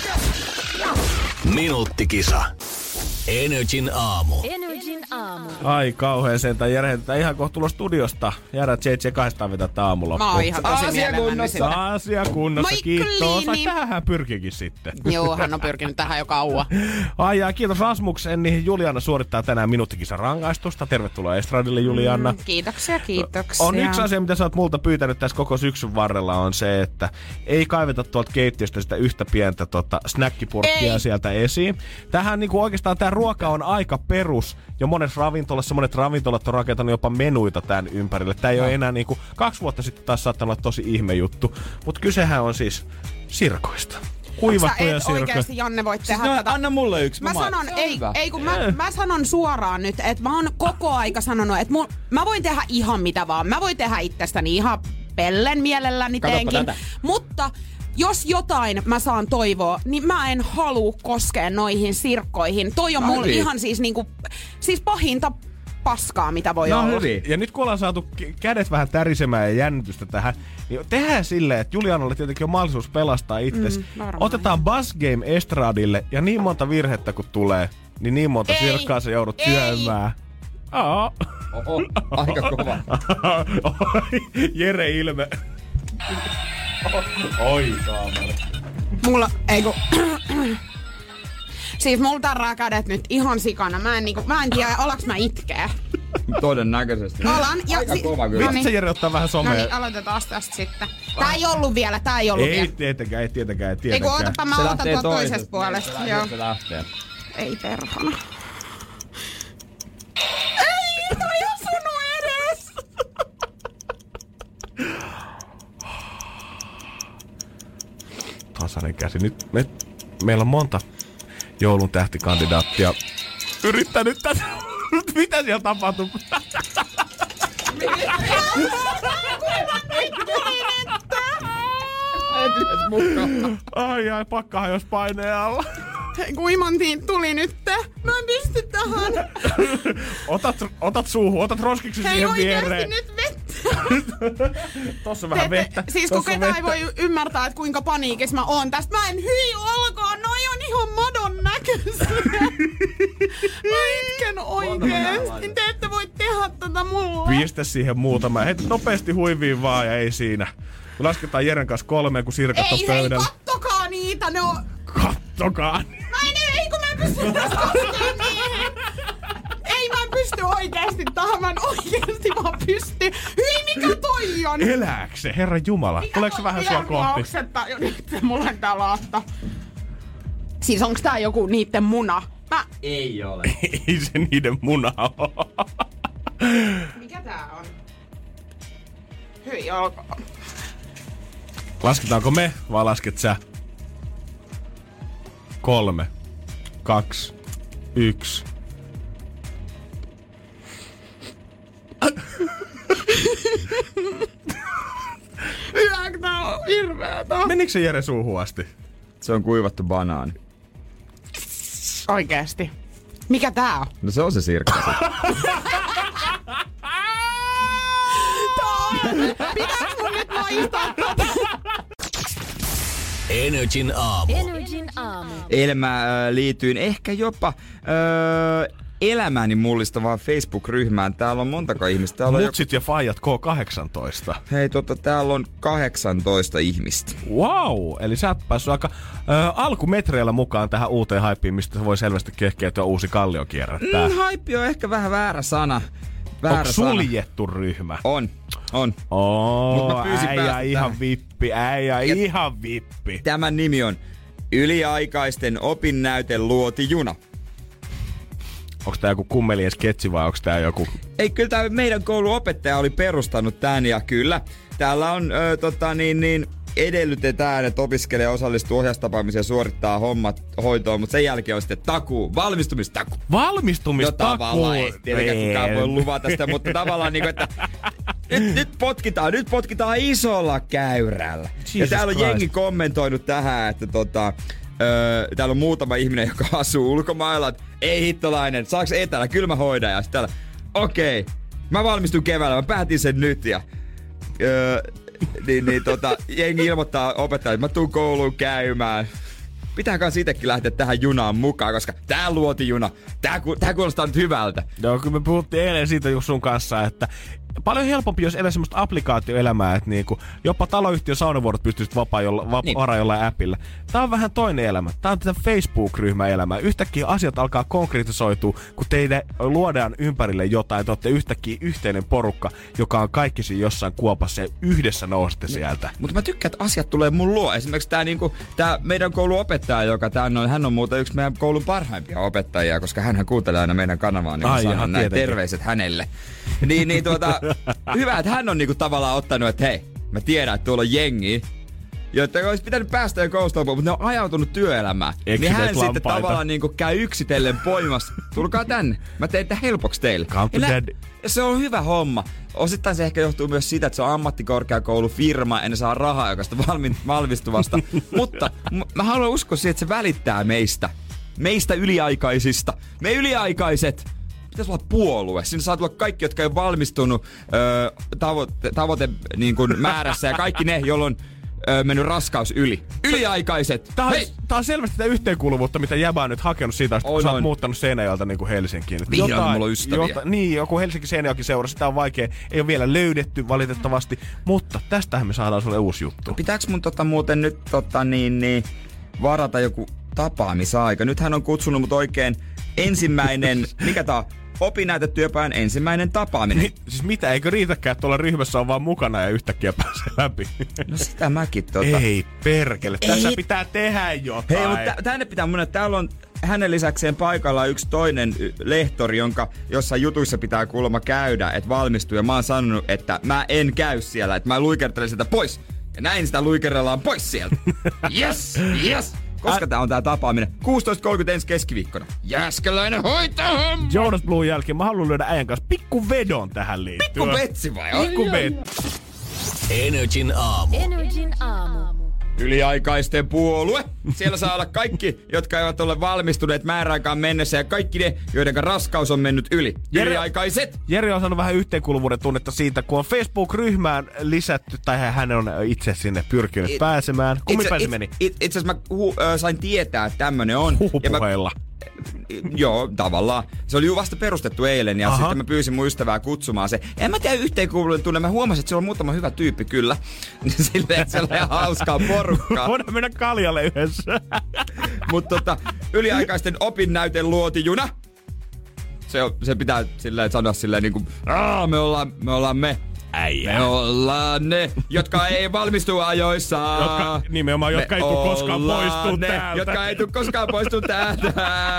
Minuuttikisa. Energin aamu. Energin aamu. Ai kauheen sentään, Jere, tää ihan kohta tulla studiosta. Jäädään J J kahdestaan vetää tää aamu Mä loppuun. oon ihan tosi Asia mielelläni kunnossa. sitä. Asia kunnossa, Moi, kiitos. Ai Kliini. tähän hän pyrkikin sitten. Joo, hän on pyrkinyt tähän jo kauan. Ai ja kiitos Rasmuksen, niin Juliana suorittaa tänään minuuttikisan rangaistusta. Tervetuloa Estradille, Juliana. Mm, kiitoksia, kiitoksia. On yksi asia, mitä sä oot multa pyytänyt tässä koko syksyn varrella, on se, että ei kaiveta tuolta keittiöstä sitä yhtä pientä tota, snackipurkkia Ei. sieltä esiin. Tähän niinku oikeastaan tää ruoka on aika perus. Jo monessa ravintolassa, monet ravintolat on rakentanut jopa menuita tämän ympärille. Tää ei no. ole enää niinku, kaksi vuotta sitten taas saattanut olla tosi ihme juttu. Mut kysehän on siis sirkoista. Sä Kuivattuja et sirkoja. oikeesti, Janne, voit tehdä No, tätä. anna mulle yksi. Mä ma- sanon, se on ei, hyvä. ei kun mä, mä sanon suoraan nyt, että mä oon koko aika sanonut, että mun, mä voin tehdä ihan mitä vaan. Mä voin tehdä itsestäni ihan pellen mielelläni Katoppa teenkin. tätä. Mutta jos jotain mä saan toivoa, niin mä en halua koskea noihin sirkkoihin. Toi on No mulla hyvin. ihan siis niinku, siis pahinta paskaa, mitä voi No olla. hyvin. Ja nyt kun ollaan saatu k- kädet vähän tärisemään ja jännitystä tähän, niin tehdään silleen, että Julianalle tietenkin on mahdollisuus pelastaa itsesi. Mm, varmaan. Otetaan Buzz Game Estradille ja niin monta virhettä kun tulee, niin niin monta Ei, sirkkaa sä joudut ei. syömään. Aa. Oho, aika kova. Oi, Jere ilme. Oi saamari. Mulla, eiku... Siis mulla tarraa kädet nyt ihan sikana. Mä en, niinku, mä en tiedä, alaks mä itkeä. Todennäköisesti. Alan. Ja Aika si- kova kyllä. Vitsi, Jere ottaa vähän somea. No niin, aloitetaan tästä sitten. Tää ei ollut vielä, tää ei ollut Ei vielä. tietenkään, ei tietenkään, ei Eiku, tietenkään. otapa, mä Se otan lähtee tuon toisesta. toisesta puolesta. Se Joo. Se lähtee. Ei perhana. Ei, toi osunut edes! Tasainen käsi. Nyt me, meillä on monta joulun tähtikandidaattia yrittänyt tätä. Mitä siellä tapahtuu? Ai ai, pakkahan jos paineen alla. Kuimantiin tuli nyt. Mä en pysty tähän. Otat, otat suuhun, otat roskiksi Hei siihen oikeesti viereen. nyt vettä. Tossa on vähän Te- te- vettä. Siis kun Tossa on ketään ei vettä. voi ymmärtää, että kuinka paniikissa mä oon tästä. Mä en hyi olkoon, noi on ihan madon näköisiä. Mä itken oikeesti. Te ette voi tehdä tätä mulle. Pistä siihen muutama. Hei, nopeasti huiviin vaan ja ei siinä. Me lasketaan Jeren kanssa kolmeen, kun sirkat on Ei hei, pöydällä. kattokaa niitä, ne on... Kattokaa. Mä en, ei kun mä en pysty koskemaan niihin. Ei mä en pysty oikeesti tähän, mä en oikeesti vaan pysty. Hyi, mikä toi on? Elääkö se, Herran Jumala? Tuleeko se vähän sua kohti? Jo nyt mulla on tää laatta. Siis onks tää joku niitten muna? Mä... Ei ole. Ei se niiden muna oo. Mikä tää on? Hyi, olkoon. Lasketaanko me vai lasket sä? Kolme, kaksi, yksi. Hyvä, tää on hirveetä. Menikö se Jere suuhun asti? Se on kuivattu banaani. Oikeesti. Mikä tää on? No se on se sirkka. Pitääks mun nyt maistaa tätä? Energin aamu. Energin aamu. Elämä äh, liityin ehkä jopa äh, elämääni mullistavaan Facebook-ryhmään. Täällä on montako ihmistä. Täällä on Mutsit ja faijat K kahdeksantoista. joku... Hei, tota, täällä on kahdeksantoista ihmistä. Wow, eli sä oot päässyt aika ö, alkumetreillä mukaan tähän uuteen hypeen, mistä voi selvästi kehkeytyä uusi kalliokierre. Tää. Mm, haippi on ehkä vähän väärä sana. Väärä Onko sana. suljettu ryhmä? On, on. Oo, Mut mä pyysin äijä päästä ihan tähän. vippi, äijä Ja- ihan vippi. Tämän nimi on Yliaikaisten opinnäyteluotijuna. Onks tää joku kummelien sketsi vai onks tää joku... Ei, kyllä tää meidän koulun opettaja oli perustanut tän ja kyllä. Täällä on ö, tota niin, niin edellytetään, että opiskelija osallistuu ohjaustapaamiseen ja suorittaa hommat hoitoon, mutta sen jälkeen on sitten takuu, valmistumistakuu. No Valmistumistakuu! tavallaan, ei tietenkään kukaan voi luvata sitä, mutta tavallaan niinku, että nyt, nyt potkitaan, nyt potkitaan isolla käyrällä. Jesus ja täällä on Christ. jengi kommentoinut tähän, että tota, öö, täällä on muutama ihminen, joka asuu ulkomailla, että ei hittolainen, saaks etänä, kyllä mä hoidan. Ja sitten täällä, okei, okay, mä valmistun keväällä, mä päätin sen nyt ja... Öö, niin, niin tota, jengi ilmoittaa opettajalle, että mä tuun kouluun käymään. Pitääkään itsekin lähteä tähän junaan mukaan, koska tää luotijuna, tää, ku, tää kuulostaa nyt hyvältä. Joo, kyllä me puhuttiin eilen siitä just sun kanssa, että paljon helpompi, jos elää semmoista applikaatioelämää, että niinku jopa taloyhtiön saunavuorot pystyisit vapaa jolla, va, Niin. varaa jollain appilla. Tää on vähän toinen elämä. Tää on tätä Facebook-ryhmäelämää. Yhtäkkiä asiat alkaa konkretisoitua, kun teille luodaan ympärille jotain. Te olette yhtäkkiä yhteinen porukka, joka on kaikki siinä jossain kuopassa ja yhdessä nousette sieltä. Mutta mä tykkään, että asiat tulee mun luo. Esimerkiksi tää, niinku, tää meidän koulun opettaja, joka tän on, hän on muuten yksi meidän koulun parhaimpia opettajia, koska hän kuuntelee aina meidän kanavaa, niin Ai mä jaha, sanon näin tietenkin. terveiset hänelle. Niin, niin tuota, hyvä, että hän on niinku tavallaan ottanut, että hei, mä tiedän, että tuolla on jengi, jotta olisi pitänyt päästä jo koulusta, mutta ne on ajautunut työelämään. Niin Eksyneet hän sitten lampaita. tavallaan niinku käy yksitellen poimassa. Tulkaa tänne, mä teen tämän helpoksi teille. Come to Ja nä- daddy. ja se on hyvä homma. Osittain se ehkä johtuu myös siitä, että se on ammattikorkeakoulufirma, en saa rahaa jokaista valmi- valmistuvasta. Mutta m- mä haluan uskoa siihen, että se välittää meistä. Meistä yliaikaisista. Me yliaikaiset. Pitäisi olla puolue. Siinä saa tulla kaikki, jotka ei ole valmistunut öö, tavoite, tavoite niin kuin määrässä ja kaikki ne, joilla on öö, mennyt raskaus yli. Yliaikaiset. Tää on, Hei! tää on selvästi sitä yhteenkuuluvuutta, mitä jäbä on nyt hakenut siitä, kun On, sä oot on. muuttanut Seinäjoelta niin kuin Helsinkiin. Et Vihdoin jotain- mulla on ystäviä. Jota, niin, joku Helsinki-Seinäjoki seura, sitä on vaikea. Ei ole vielä löydetty valitettavasti, mutta tästähän me saadaan sulle uusi juttu. Pitääks mun tota muuten nyt tota niin, niin varata joku tapaamisaika? Nyt hän on kutsunut mut oikein ensimmäinen, mikä tää on? Opinnäytetyöpäivän ensimmäinen tapaaminen. Ni, siis mitä, eikö riitäkään, että tuolla ryhmässä on vaan mukana ja yhtäkkiä pääsee läpi? No sitä mäkin tota. Ei perkele, tässä Ei. pitää tehdä jotain. Hei, mutta tänne pitää mun, että täällä on hänen lisäkseen paikalla yksi toinen y- lehtori, jonka jossain jutuissa pitää kuulemma käydä, että valmistuu. Ja mä oon sanonut, että mä en käy siellä, että mä luikertelen sitä pois. Ja näin sitä luikerellaan pois sieltä. Yes, yes. Koska tää on tää tapaaminen? kuusitoista kolmekymmentä ensi keskiviikkona. Jääskeläinen hoitaa! Jonas Blue jälkeen mä haluan lyödä äijän kanssa pikku vedon tähän liittyen. Pikku betsi vai? Pikku bet. Energin aamu. Energin aamu. Yliaikaisten puolue. Siellä saa olla kaikki, jotka eivät ole valmistuneet määräaikaan mennessä ja kaikki ne, joiden raskaus on mennyt yli. Yliaikaiset. Jere on saanut vähän yhteenkuuluvuuden tunnetta siitä, kun on Facebook-ryhmään lisätty, tai hän on itse sinne pyrkinyt It- pääsemään. Kummin Itse- pääsi it- meni? it- Itse asiassa mä hu- äh, sain tietää, että tämmönen on. Ja mä- Huhupuheilla. Joo, tavallaan. Se oli ju vasta perustettu eilen ja Aha. sitten mä pyysin mun ystävää kutsumaan se. En mä tiedä yhteenkuuluvuuden tunne. Mä huomasin, että siellä on muutama hyvä tyyppi kyllä. Silleen, että siellä on hauskaa porukkaa. Voidaan mennä kaljalle yhdessä. Mutta tota, yliaikaisten opinnäyten luotijuna. Se, on, se pitää silleen sanoa silleen niinku, Aa, me ollaan me. Ollaan me. Äijä. Me ollaan ne, jotka ei valmistu ajoissa. Jotka, nimenomaan, jotka ei tuu koskaan poistuu ne, täältä. Jotka ei tuu koskaan poistuu täältä.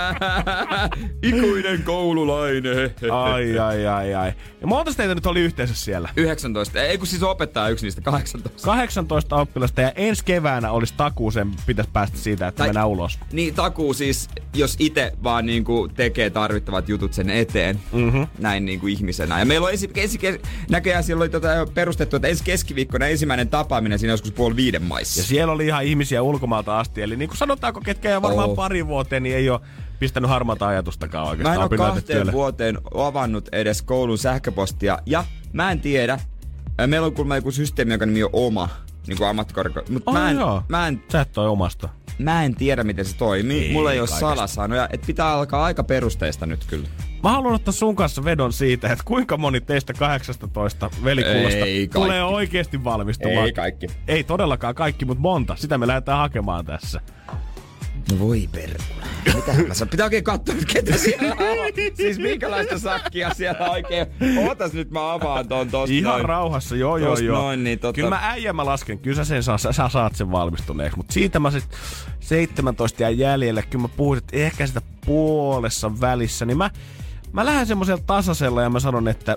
Ikuinen koululainen. Ai, ai, ai, ai. Ja monta teitä nyt oli yhteensä siellä? yhdeksäntoista. Ei kun siis opettaja yksi niistä, kahdeksantoista. kahdeksantoista oppilasta ja ensi keväänä olisi takuuseen, pitäisi päästä siitä, että Tai- mennään ulos. Niin takuu siis, jos itse vaan niinku tekee tarvittavat jutut sen eteen. Mhm. Näin niinku ihmisenä. Ja meillä on ensi, ensi näköjään siellä oli tota perustettu, että ensi keskiviikkona ensimmäinen tapaaminen siinä joskus puoli viiden maissa. Ja siellä oli ihan ihmisiä ulkomaalta asti, eli niin kuin sanotaanko, ketkä ei varmaan Oo. pari vuoteen, niin ei ole pistänyt harmaata ajatustakaan Mä oikeastaan en ole opinnäytetyölle. kahteen vuoteen avannut edes koulun sähköpostia. Ja mä en tiedä, ää, meillä on kuulemma joku systeemi, joka nimi on oma. Niin kuin ammattikorkeakoulu. Mutta Oh, mä, en- joo. mä, en- Sä et toi omasta. mä en tiedä, miten se toimii. Ei Mulla ei ole kaikesta. salasanoja. Että pitää alkaa aika perusteista nyt kyllä. Mä haluan ottaa sun kanssa vedon siitä, että kuinka moni teistä kahdeksastatoista velikullasta Ei kaikki. tulee oikeesti valmistumaan. Ei kaikki. Ei todellakaan kaikki, mutta monta. Sitä me lähdetään hakemaan tässä. No voi perkule. Mitä mä sanon? Pitää oikein katsoa, ketä siellä on. Siis minkälaista sakkia siellä oikein. Ootas nyt mä avaan ton tosta Ihan noin. rauhassa, joo joo Tosta joo. noin, niin tota- Kyllä mä äijä mä lasken, kyllä sä, sen saa, sä, sä saat sen valmistuneeksi. Mutta siitä mä sit seitsemäntoista jää jäljelle, kyllä mä puhuin, että ehkä sitä puolessa välissä, niin mä, mä lähden semmosella tasaisella ja mä sanon, että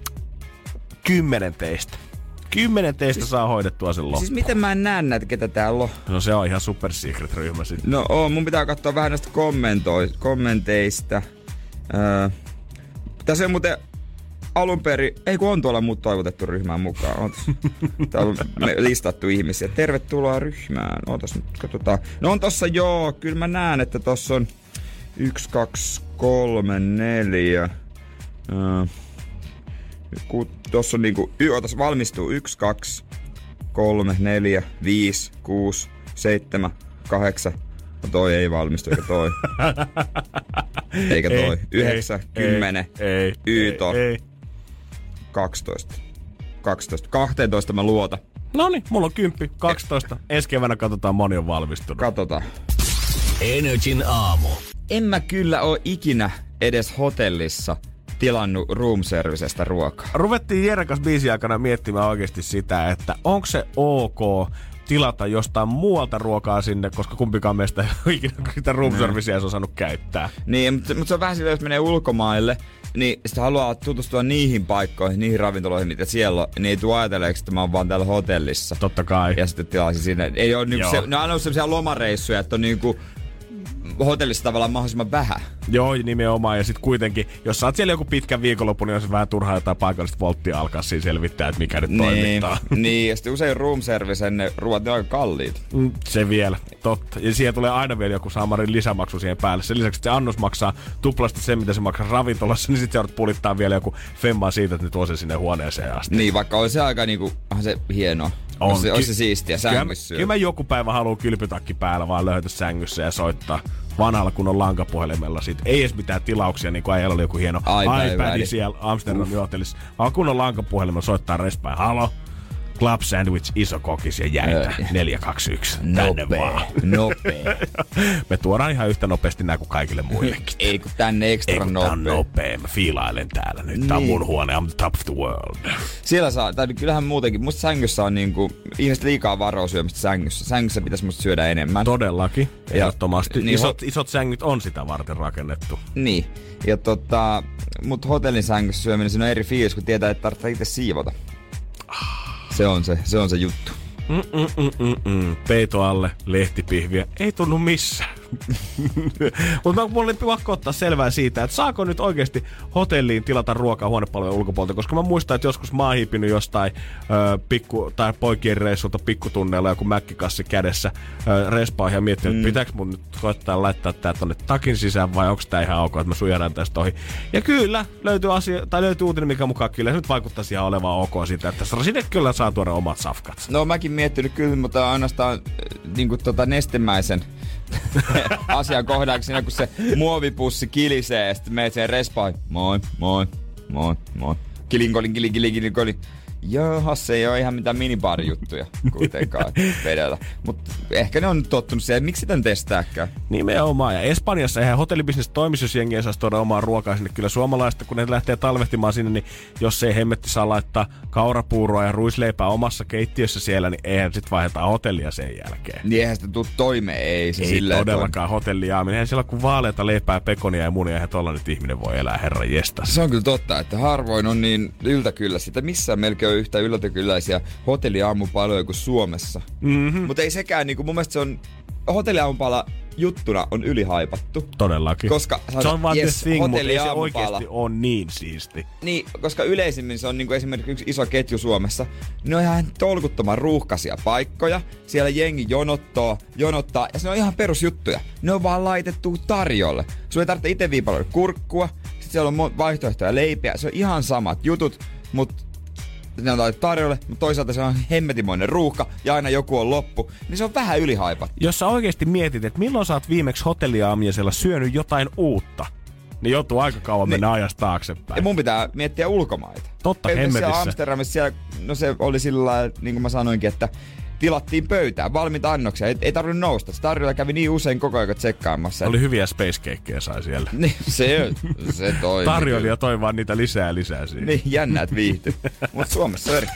kymmenen teistä. Kymmenen teistä saa hoidettua sen loppuun. Siis miten mä en näe näitä, ketä täällä on? No se on ihan super secret ryhmä sitten. No oo, mun pitää katsoa vähän näistä kommentoi- kommenteista. Öö, tässä on muuten alun perin, ei kun on tuolla muut toivotettu ryhmään mukaan. Ootas. Täällä on me listattu ihmisiä. Tervetuloa ryhmään. Ootas nyt, katsotaan. No on tossa joo, kyllä mä näen, että tossa on yksi, kaksi, kolme, neljä. Öö, ku, tossa on niinku, y, ootas valmistuu yksi, kaksi, kolme, neljä, viisi, kuusi, seitsemän, kahdeksan. No toi ei valmistu, eikä toi. Eikä toi. Ei, Yhdeksän, ei, kymmenen, ei, Yto, ei, ei. kaksitoista. kaksitoista. kaksitoista mä luotan. Noniin, mulla on kymppi, kaksitoista. Ensi keväänä katsotaan, moni on valmistunut. Katsotaan. Energin aamu. En mä kyllä oo ikinä edes hotellissa tilannut room servicestä ruokaa. Ruvettiin Jeren kanssa biisin aikana miettimään oikeasti sitä, että onko se ok tilata jostain muualta ruokaa sinne, koska kumpikaan meistä ei ole ikinä sitä room servicea edes osannut käyttää. Niin, mutta, mutta se on vähän sillä, jos menee ulkomaille, niin sitten haluaa tutustua niihin paikkoihin, niihin ravintoloihin, mitä siellä on, niin ei tule ajatelleeksi, että mä oon vaan täällä hotellissa. Totta kai. Ja sitten tilaisin sinne. Ei ole niinku Joo. se, ne on aina ollut sellaisia lomareissuja, että on niinku hotellissa tavallaan mahdollisimman vähän. Joo, nimenomaan. Ja sitten kuitenkin, jos sä oot siellä joku pitkän viikonlopun, niin on se vähän turhaa jotain paikallista volttia alkaa siinä selvittää, että mikä nyt Niin, toimittaa. niin, ja sitten usein room service, ne ruoat ne on aika kalliit. Mm, Se vielä, totta. Ja siihen tulee aina vielä joku saamarin lisämaksu siihen päälle. Sen lisäksi, että se annos maksaa tuplasti sen, mitä se maksaa ravintolassa, niin sitten se joudut pulittaa vielä joku femmaa siitä, että ne tuo sen sinne huoneeseen asti. Niin, vaikka on se aika niinku, onhan se hienoa. On. Olisi se, se siistiä sängyssä. Kyllä mä joku päivä haluan kylpytakki päällä vaan löytää sängyssä ja soittaa vanhalla kunnon lankapuhelimella siitä. Ei edes mitään tilauksia, niin kuin äijällä oli joku hieno iPad siellä Amsterdamin hotellissa. Vaan kunnon lankapuhelimella soittaa respäin. Halo? Club sandwich, iso kokis ja jäitä. neljä kaksi yksi. Tänne vaan. Nopee. Me tuodaan ihan yhtä nopeasti nää kuin kaikille muillekin. Ei kun tänne ekstra nopee. Ei kun tää on nopee. Mä fiilailen täällä nyt. Niin. Tää on mun huone. I'm the top of the world. Siellä saa, tai kyllähän muutenkin. Musta sängyssä on niinku, ihmiset liikaa varoa syömistä sängyssä. Sängyssä pitäisi musta syödä enemmän. Todellakin. Ehdottomasti. Niin, isot, isot sängyt on sitä varten rakennettu. Niin. Ja tota, mut hotellin sängyssä syöminen, siinä on eri fiilis, kun tietää, että tarvitsee itse siivota. Se on se, se on se juttu. Mm-mm-mm-mm. Peito alle, lehtipihviä. Ei tunnu missään. Mutta mulla oli pakko ottaa selvää siitä, että saako nyt oikeasti hotelliin tilata ruokaa huonepalvelujen ulkopuolelta, koska mä muistan, että joskus mä oon hiipinyt jostain ö, pikku, tai poikien reissulta pikkutunneilla joku mäkkikassi kädessä ö, respaan ja miettinyt, mm. että pitääkö mun nyt koettaa laittaa tää tonne takin sisään vai onko tää ihan ok, että mä sujaran tästä ohi. Ja kyllä, löytyy, asia, tai löytyy uutinen, mikä mukaan kyllä se nyt vaikuttaisi ihan olevaan ok siitä, että sinne kyllä saa tuoda omat safkat. No mäkin miettinyt kyllä, mutta ainoastaan niin kuin tota nestemäisen asian kohdaksi siinä, kun se muovipussi kilisee ja sitten meet siihen respaan. Moi, moi, moi, moi. Kilinkolin, kilin, kilin, kilinkolin. Joo, se ei ole ihan mitään minibaarijuttuja kuitenkaan vedellä. Mutta ehkä ne on nyt tottunut siihen, miksi sitä testääkään? Nimenomaan. Ja Espanjassa eihän hotellibisnes toimisi, jos jengi ei saisi tuoda omaa ruokaa sinne. Kyllä suomalaista, kun ne lähtee talvehtimaan sinne, niin jos ei hemmetti saa laittaa kaurapuuroa ja ruisleipää omassa keittiössä siellä, niin eihän sit vaihdetaan hotellia sen jälkeen. Niin eihän sitä tuu toimeen, ei se ei silleen todellakaan hotelliaaminen. Eihän siellä kun vaaleita leipää, pekonia ja munia, eihän tolla nyt ihminen voi elää, herran jestas. Se on kyllä totta, että harvoin on niin yltäkyllä sitä. Missään melkein yhtä yllätykylläisiä hotelliaamupaloja kuin Suomessa. Mm-hmm. Mutta ei sekään, niinku, mun mielestä se on, hotelliaamupala juttuna on ylihaipattu. Todellakin. Koska se on vaan yes, thing, mutta ei se oikeasti on niin siisti. Niin, koska yleisimmin se on niinku esimerkiksi yksi iso ketju Suomessa. Ne on ihan tolkuttoman ruuhkaisia paikkoja. Siellä jengi jonottaa, jonottaa ja se on ihan perusjuttuja. Ne on vaan laitettu tarjolle. Sulla ei tarvitse itse viipaloida kurkkua. Sitten siellä on vaihtoehtoja leipiä. Se on ihan samat jutut, mutta ne on laitettu tarjolle, mutta toisaalta se on hemmetimoinen ruuhka ja aina joku on loppu, niin se on vähän ylihaipattu. Jos sä oikeesti mietit, että milloin sä oot viimeksi hotelliaamiaisella syönyt jotain uutta, niin joutuu aika kauan niin, mennä ajasta taaksepäin. Ja mun pitää miettiä ulkomaita. Totta hemmetissä. Siellä Amsterdamissa, siellä, no se oli sillä lailla, niin kuin mä sanoinkin, että tilattiin pöytään, valmiita annoksia, ei, ei tarvinnut nousta. Se tarjolla kävi niin usein koko ajan tsekkaamassa. Oli hyviä spacecakeja sai siellä. Niin, se, se toi. Tarjoilija toi vaan niitä lisää ja lisää siinä. Niin, jännät viihty. Mut Suomessa eri.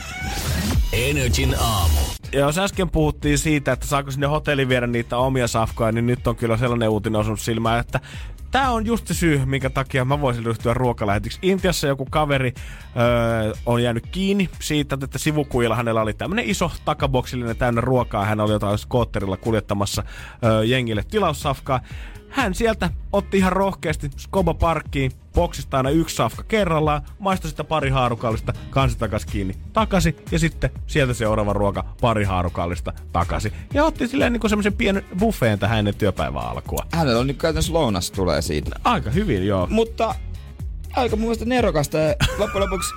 Energin aamu. Ja jos äsken puhuttiin siitä, että saako sinne hotelliin viedä niitä omia safkoja, niin nyt on kyllä sellainen uutinen osunut silmään, että tää on just se syy, minkä takia mä voisin ryhtyä ruokalähetiksi. Intiassa joku kaveri öö, on jäänyt kiinni siitä, että sivukuilla hänellä oli tämmönen iso takaboksillinen täynnä ruokaa. Hän oli jotain skootterilla kuljettamassa öö, jengille tilaussafkaa. Hän sieltä otti ihan rohkeasti skoba parkkiin, boksista aina yksi safka kerrallaan, maistoi sitä pari haarukallista, kansi takas kiinni, takaisin ja sitten sieltä seuraava ruoka, pari haarukallista, takaisin. Ja otti silleen niin kuin semmoisen pienen buffeen tähän ennen työpäivän alkua. Hänellä on nyt käytännössä lounas tulee siitä. Aika hyvin, joo. Mutta aika mun mielestä nerokasta ja loppujen lopuksi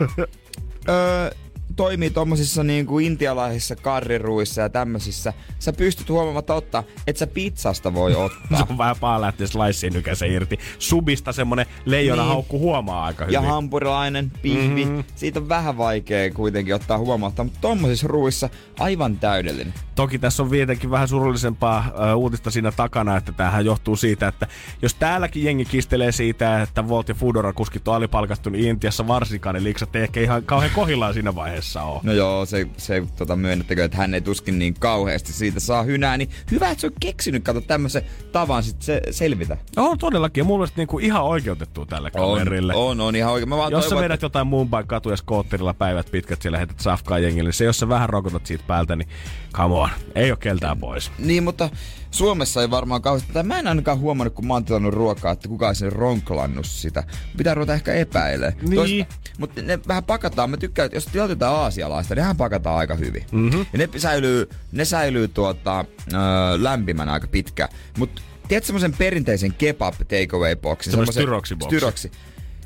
öö, toimii tommosissa niinku intialaisissa karriruissa ja tämmöisissä. Sä pystyt huomaamatta ottaa, että sä pizzasta voi ottaa. Se on vähän paha lähteä sliceen nykänsä irti. Subista semmonen leijona niin. Haukku huomaa aika hyvin. Ja hampurilainen, pihvi. Mm-hmm. Siitä on vähän vaikea kuitenkin ottaa huomaamatta, mutta tommosissa ruuissa aivan täydellinen. Toki tässä on tietenkin vähän surullisempaa uh, uutista siinä takana, että tämähän johtuu siitä, että jos täälläkin jengi kistelee siitä, että Volt ja Foodora-kuskit on alipalkattu, niin Intiassa varsinkaan ne liksat ei ehkä ihan kauhean kohillaan siinä vaiheessa ole. No joo, se, se tota, myönnettäkö, että hän ei tuskin niin kauheasti siitä saa hynää, niin hyvä, että se on keksinyt, kato tämmöisen tavan sit se selvitä. On todellakin, ja mun mielestä niinku ihan oikeutettu tälle kaverille. On, on, on ihan oikein. Jos toivon, sä vedät että... jotain Mumbai katuja skootterilla päivät pitkät, siellä heität safkaa jengille, niin se jos sä vähän rokotat siitä päältä, niin come on, ei oo keltään pois. Niin, mutta Suomessa ei varmaan kauheasti, tai mä en ainakaan huomannut, kun mä oon tilannut ruokaa, että kukaan ei ronklannut sitä. Pitää ruveta ehkä epäilemään. Niin. Mutta ne vähän pakataan, mä tykkään, että jos tilaat jotain aasialaista, nehän pakataan aika hyvin. Mm-hmm. Ja ne säilyy, ne säilyy tuota, ö, lämpimänä aika pitkään. Mut tiedät semmosen perinteisen kebab takeaway-boksin? Semmosen styroksi-boksi. Styroksi.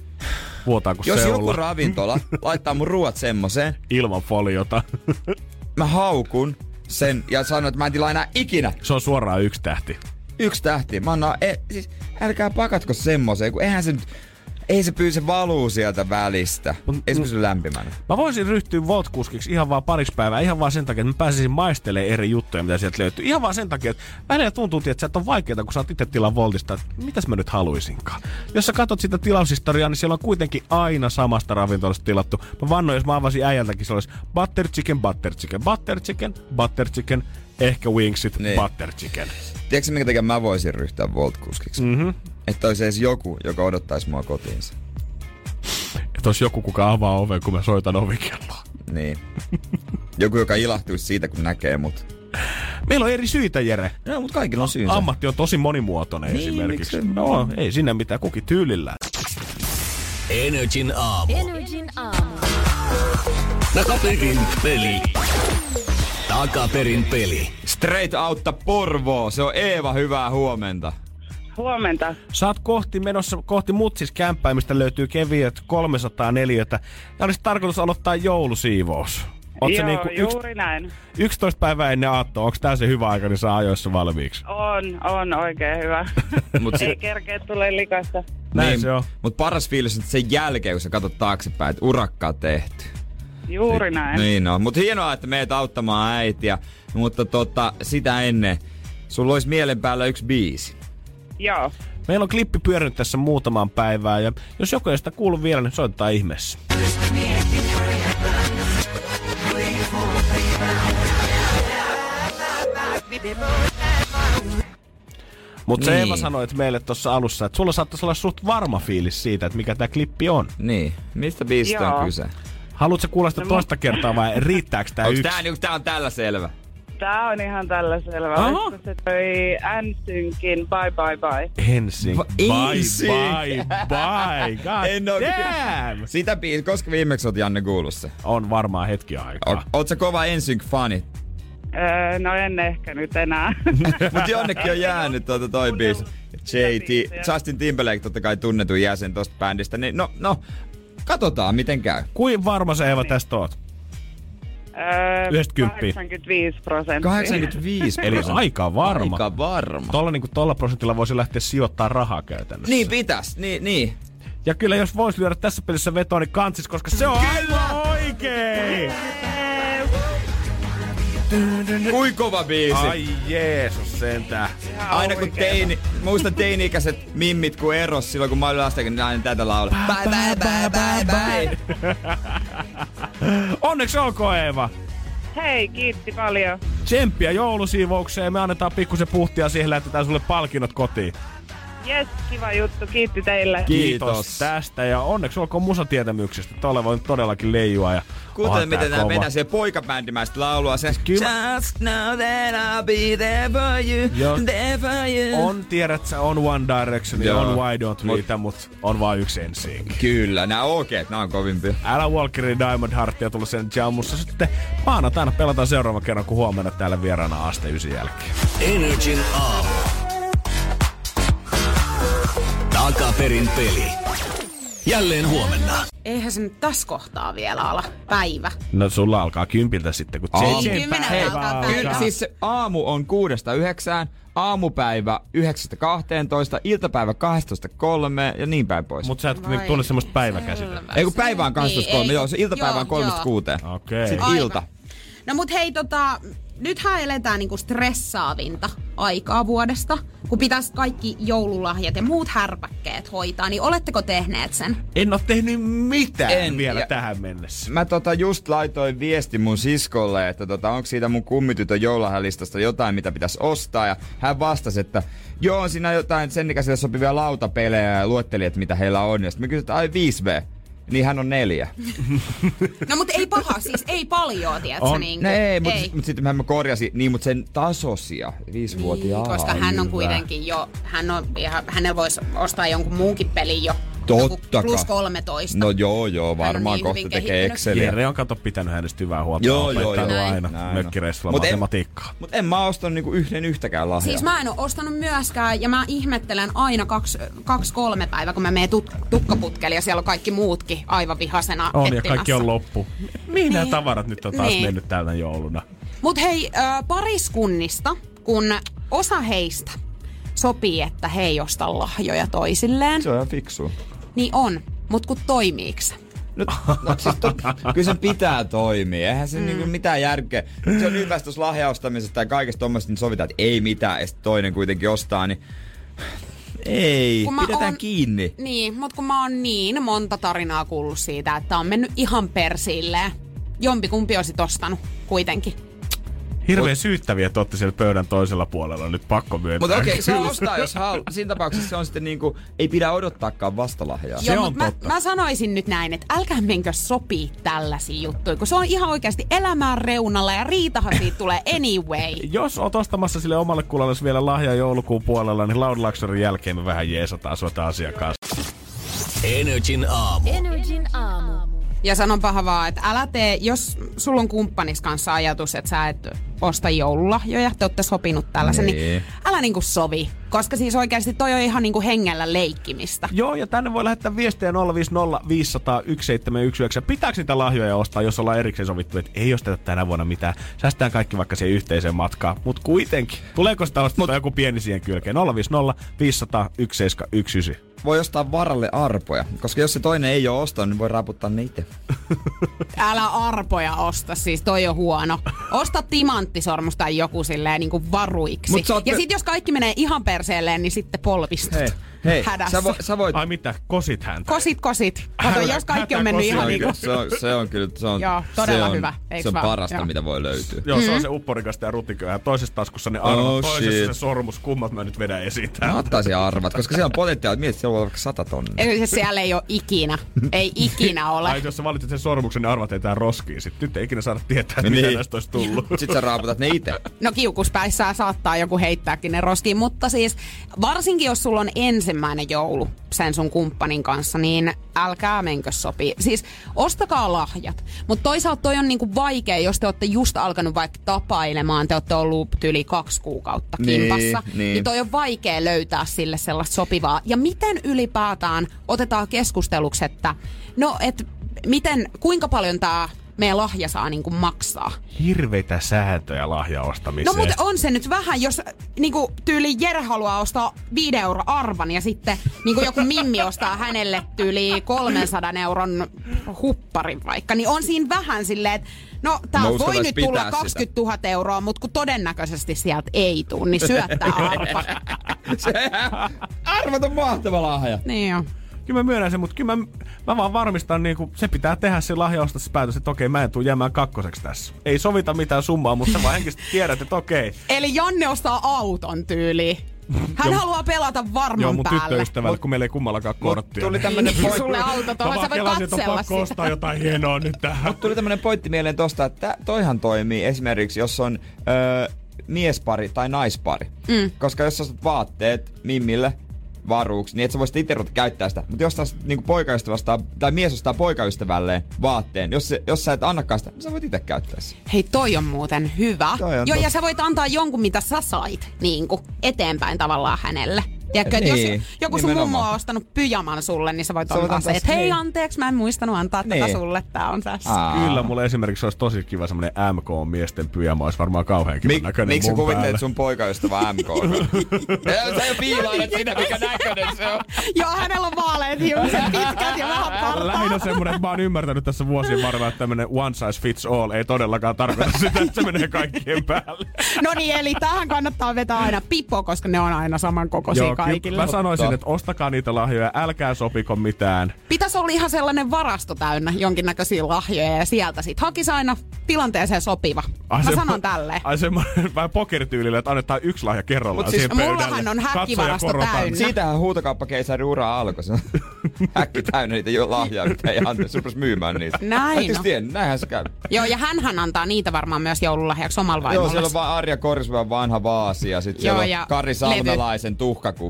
Vuotaako jos se joku olla? ravintola laittaa mun ruuat semmoseen. Ilman foliota. mä haukun sen ja sanon, että mä en tilaa enää ikinä. Se on suoraan yksi tähti. Yksi tähti. Mä annan, e, siis älkää pakatko semmoiseen, kun eihän se nyt, ei se pyy, se valuu sieltä välistä. Ei se pysy lämpimänä. Mä voisin ryhtyä Volt-kuskiksi ihan vaan pariksi päivää, ihan vaan sen takia, että mä pääsisin maistelemaan eri juttuja, mitä sieltä löytyy. Ihan vaan sen takia, että välillä tuntuu, että sä et on vaikeaa, kun sä oot itse tilaa Voltista, että mitäs mä nyt haluisinkaan. Jos sä katsot sitä tilaushistoriaa, niin siellä on kuitenkin aina samasta ravintolasta tilattu. Mä vannoin, jos mä avasin äijältäkin, se olisi butter chicken, butter chicken, butter chicken, butter chicken, ehkä wingsit, niin. Butter chicken. Tiedätkö minkä takia mä voisin ryhtyä Volt-kuskiksi? Mm-hmm. Että olisi edes joku, joka odottaisi mua kotiinsa. Että olisi joku, kuka avaa oven, kun mä soitan ovikelloa. Niin. Joku, joka ilahtuisi siitä, kun näkee mut. Meillä on eri syitä, Jere. Joo, mutta kaikilla on syynsä. Ammatti on tosi monimuotoinen niin, esimerkiksi. Miksi? No, ei sinne mitään, kukin tyylillään. Energin aamu. Energin aamu. Takaperin peli. Takaperin peli. Straight Outta Porvoo. Se on Eeva, hyvää huomenta. Huomenta. Sä oot kohti menossa kohti Mutsis kämppää, mistä löytyy keviöt kolmesataa neliötä. Ja olisi tarkoitus aloittaa joulusiivous. Oot Joo, niinku juuri yks, näin. yksitoista päivää ennen aattoa. Onko tää se hyvä aika, niin saa ajoissa valmiiksi? On, on oikein hyvä. Mut Ei se, kerkeä tulee likasta. Näin niin, se on. Mut paras fiilis on sen jälkeen, kun sä katsot taaksepäin, että urakka on tehty. Juuri näin. Niin on. Mut hienoa, että meet auttamaan äitiä. Mutta tota, sitä ennen, sulla olisi mielen päällä yksi biisi. Joo. Meillä on klippi pyörinyt tässä muutaman päivää, ja jos joku ei sitä kuulu vielä, niin soittaa ihmeessä. Mutta niin. se Eeva sanoi että meille tuossa alussa, että sulla saattaisi olla suht varma fiilis siitä, että mikä tää klippi on. Niin. Mistä biisistä Joo. on kyse? Haluatko kuulla sitä No, toista kertaa vai riittääkö tää Onks yksi? tää, onks tää on tällä selvä? Tää on ihan tällä selvä. Aha. Olisiko se toi N-Synkin Bye Bye Bye? Ensin. Va- Bye, Ensin. bye, bye. God En oo- damn. Sitä biisi, koska viimeksi oot Janne kuullut se? On varmaan hetki aikaa. O- Oot sä kova N-Sync-fani? Öö, no en ehkä nyt enää. Mut jonnekin on jäänyt tuota toi biisi. J T, Justin Timberlake totta kai tunnetun jäsen tosta bändistä. Niin no, no, katsotaan miten käy. Kuin varma se Eeva tästä oot? Öö, yhdeksänkymmentä. kahdeksankymmentäviisi prosenttia. kahdeksankymmentäviisi Eli aika varma. Aika varma. Tolla, niin kuin, tolla prosentilla voisi lähteä sijoittaa rahaa käytännössä. Niin pitäis, niin, niin. Ja kyllä jos vois lyödä tässä pelissä vetoa, niin kantsis, koska se on aivan oikein! Kui kova biisi. Ai Jeesus sentään. Aina kun teini, muistan teini-ikäiset mimmit kun eros silloin kun mä olin lastenkin, niin aina tätä laulaa. Bye bye bye bye bye. Onneksi olkoon Eeva. Hei, kiitti paljon. Tsemppiä joulusiivoukseen. Me annetaan pikkusen puhtia siihen, lähetetään sulle palkinnot kotiin. Jes, kiva juttu. Kiitti teille. Kiitos, Kiitos. tästä ja onneksi olkoon musatietämyksestä. Tuolle voi todellakin leijua. Ja Kuten miten tää mennään siihen poikabändimäistä laulua. Se Kyllä. Just know that I'll be there for you, Joo. there for you. On, tiedät sä, on One Direction, Joo. on Why Don't Mut- Riitä, mut on vaan yksi ensin. Kyllä, nää oikeet, nää on kovimpia. Älä Walkerin Diamond Heartia tullut sen jammussa. Sitten maanantaina pelataan seuraavan kerran, kun huomenna täällä vieraana Aste yhdeksän jälkeen. Energin aamu. Takaperin peli. Jälleen huomenna. Eihän se nyt tässä kohtaa vielä ala päivä. No sulla alkaa kympiltä sitten, kun Aamu. J J Kymmenen päivä alkaa alkaa. Kyllä, siis se aamu on kuudesta yhdeksään, aamupäivä yhdeksästä kahteentoista, iltapäivä kaksitoista kolmeen ja niin päin pois. Mut sä et Vai tunne semmoista päiväkäsitettä. selvä. Ei kun päivä on kaksitoista kolme, Niin, joo, se iltapäivä on kolmesta joo. kuuteen. Okei. Sitten Aivan. ilta. No mut hei tota, nythän eletään niinku stressaavinta aikaa vuodesta, kun pitäisi kaikki joululahjat ja muut härpäkkeet hoitaa, niin oletteko tehneet sen? En oo tehnyt mitään En, vielä ja- tähän mennessä. Mä tota just laitoin viesti mun siskolle, että tota, onko siitä mun kummitytön joululahjalistasta jotain, mitä pitäisi ostaa. Ja hän vastasi, että joo, on siinä jotain sen ikäisille sopivia lautapelejä ja luetteli, että mitä heillä on. Ja sitten mä kysyin, että ai viisi V. Niin hän on neljä. No mut ei paha, siis ei paljon, tiedätkö? On. Niin No ei, mutta ei. mut sitten mä korjasin, niin, mutta sen tasosia, viisivuotiaan. Niin, koska hän on kuitenkin jo, hän on, ja hänellä voisi ostaa jonkun muunkin pelin jo Totta plus kai. kolmetoista. No joo, joo, varmaan niin kohta tekee Exceliä. Jere on kato pitänyt hänestä hyvää huolta. Joo, joo, joo. aina mökkireissulla matematiikkaa. Mutta en mä oo ostanut niinku yhden yhtäkään lahjaa. Siis mä en oo ostanut myöskään, ja mä ihmettelen aina kaksi, kaksi kolme päivää, kun mä menen tut- tukkaputkelle, ja siellä on kaikki muutkin aivan vihasena On, etsimässä. ja kaikki on loppu. Mihin niin. nämä tavarat nyt on taas niin. mennyt täältä jouluna? Mut hei, äh, pariskunnista, kun osa heistä sopii, että he ei osta lahjoja toisilleen. Se on ihan fiksua. Niin on, mut kun toimiiks? No, no siis tot, kyllä sen pitää toimia. Eihän se mm. niinku mitään järkeä. Se on hyvä tuossa lahjaustamisesta ja kaikesta tommasta, niin sovitaan, että ei mitään, ja sitten toinen kuitenkin ostaa, niin ei, kun pidetään on, kiinni. Niin, mutta kun mä oon niin monta tarinaa kuullut siitä, että on mennyt ihan persilleen. Jompikumpi on sit ostanut kuitenkin. Hirveän Mut, syyttäviä, että olette siellä pöydän toisella puolella, nyt pakko myöntää. Mutta okei, okay, se ostaa, jos haluaa. Siinä tapauksessa se on sitten niinku, ei pidä odottaakaan vastalahjaa. Se Joo, on mä, totta. Mä sanoisin nyt näin, että älkää menkö sopii tällaisia juttuja, kun se on ihan oikeasti elämään reunalla ja riitahan siitä tulee anyway. Jos oot ostamassa sille omalle kuulolle vielä lahjaa joulukuun puolella, niin Loud Luxurin jälkeen me vähän jeesataan suota asiakkaasta. Energin aamu. Energin aamu. Ja sanonpahan vaan, että älä tee, jos sulla on kumppanis kanssa ajatus, että sä et osta joululahjoja, te ootte sopinut tällaisen, niin, niin älä niinku sovi. Koska siis oikeasti toi on ihan niinku hengellä leikkimistä. Joo, ja tänne voi lähettää viestejä nolla viisi nolla viisi nolla nolla yksi seitsemän yksi yhdeksän. Pitääkö niitä lahjoja ostaa, jos ollaan erikseen sovittu, että ei osteta tänä vuonna mitään. Säästetään kaikki vaikka siihen yhteiseen matkaan. Mut kuitenkin, tuleeko sitä ostaa Mut... joku pieni siihen kylkeen? nolla viisi nolla viisi nolla nolla yksi seitsemän yksi yhdeksän. Voi ostaa varalle arpoja, koska jos se toinen ei ole ostanut, niin voi raputtaa ne itse. Älä arpoja osta, siis toi on huono. Osta timanttisormus tai joku silleen niin kuin varuiksi. Oot... Ja sit jos kaikki menee ihan perseelleen, niin sitten polvistut. Hei. Hei, hädässä. Sä, vo, sä voit... Ai mitä, kosit häntä? Kosit, kosit. Kato, jos kaikki on mennyt ihan niinku... Se on, se on kyllä, se on, Joo, todella se on, hyvä. Se on vaan? parasta, Joo. mitä voi löytyä. Joo, se on se upporikasta ja rutikö. Toisessa taskussa ne arvat, oh, toisessa shit. Se sormus. Kummat mä nyt vedän esiin täällä. Mä ottaisin arvat, koska siellä on potentiaalia, että mietit, siellä on vaikka sata tonnia. Eli siellä ei ole ikinä. Ei ikinä ole. Ai, jos sä valitset sen sormuksen, niin arvat heitetään roskiin. Sitten nyt ei ikinä saada tietää, että niin. Mitä näistä olisi tullut. Sitten sä raaputat ne itse. No kiukuspäissään saattaa joku heittääkin ne roskiin, mutta siis varsinkin jos sulla on ensimmäinen joulu sen sun kumppanin kanssa, niin älkää menkö sopii. Siis ostakaa lahjat, mutta toisaalta toi on niinku vaikea, jos te olette just alkanut vaikka tapailemaan, te olette ollut yli kaksi kuukautta kimpassa, niin, niin. niin toi on vaikea löytää sille sellaista sopivaa. Ja miten ylipäätään otetaan keskusteluksi, että no et miten, kuinka paljon tää meidän lahja saa niinku maksaa. Hirveitä sääntöjä lahjaostamiseen. No mutta on se nyt vähän, jos niinku tyyli Jere haluaa ostaa viiden euro arvan ja sitten niinku joku Mimmi ostaa hänelle tyyli kolmensadan euron hupparin vaikka, niin on siinä vähän silleen, että no tää voi nyt tulla kaksikymmentätuhatta euroa, mutta kun todennäköisesti sieltä ei tule, niin syöttää arpa. Arvat on mahtava lahja. Niin on. Kyllä mä myönnän sen, mutta kyllä mä, mä vaan varmistan, niin se pitää tehdä se lahjaostassa päätös, että okei, mä en tule jäämään kakkoseksi tässä. Ei sovita mitään summaa, mutta sä vaan henkisesti tiedät, että okei. Eli Janne ostaa auton tyyliin. Hän Joo, haluaa pelata varman joo, mun päälle. tyttöystävällä, kun meillä ei kummallakaan korttia. Tuli tämmönen pointti. Sulle auto tuolla, sä voit katsella sitä. Pakko ostaa jotain hienoa nyt tähän. Mut tuli tämmönen pointti mieleen tosta, että toihan toimii esimerkiksi, jos on öö, miespari tai naispari. Mm. Koska jos ostat vaatteet Mimmille varuuksi, niin et sä voisit itse ruveta käyttää sitä. Mutta jos taas niin poikaystävästä tai mies ostaa poikaystävälleen vaatteen, jos, se, jos sä et annakaan sitä, niin sä voit itse käyttää sitä. Hei, toi on muuten hyvä. On Joo, totta. Ja sä voit antaa jonkun, mitä sä sait niin kuin eteenpäin tavallaan hänelle. Tiedätkö, niin, jos joku sun mummo on ostanut pyjaman sulle, niin sä voit antaa se, että hei anteeksi, mä en muistanut antaa niin. tätä sulle, tää on tässä. Aa. Kyllä, mulle esimerkiksi olisi tosi kiva semmonen M K-miesten pyjama, olisi varmaan kauhean kiva Mik, näköinen Miksi mun sä kuvittelet sun poikaystävä M K? Sä jo piilailet sitä, mikä näköinen se on. Joo, hänellä on vaaleet hiukset, pitkät ja vähän partaa. Lähinnä semmonen, että mä oon ymmärtänyt tässä vuosien varrella, että tämmönen one size fits all ei todellakaan tarkoita sitä, että se menee kaikkien päälle. No niin, eli tähän kannattaa vetää aina pipo, koska ne on aina samankokoisia Joo, kaikille. Mä sanoisin, että ostakaa niitä lahjoja, älkää sopiko mitään. Pitäisi olla ihan sellainen varasto täynnä jonkinnäköisiä lahjoja ja sieltä sit hakisi aina tilanteeseen sopiva. Ai mä se, sanon tälleen. Ai semmoinen vähän pokerityylillä, että annetaan yksi lahja kerrallaan siis siihen pöydälle. Mullahan on häkkivarasto täynnä. Siitähän huutokauppakeisari ura alkoi. Se on häkki täynnä niitä lahjaa, mitä ei anta. Se rupesi myymään niitä. Näin no. Tien, näinhän se käy. Joo, ja hänhän antaa niitä varmaan myös joululahjaksi omalla vaimolla. Joo, siellä on vaan Arja Korisvuon vanha vaasi ja sitten siellä on Kari Salmelaisen tuhkakuppi.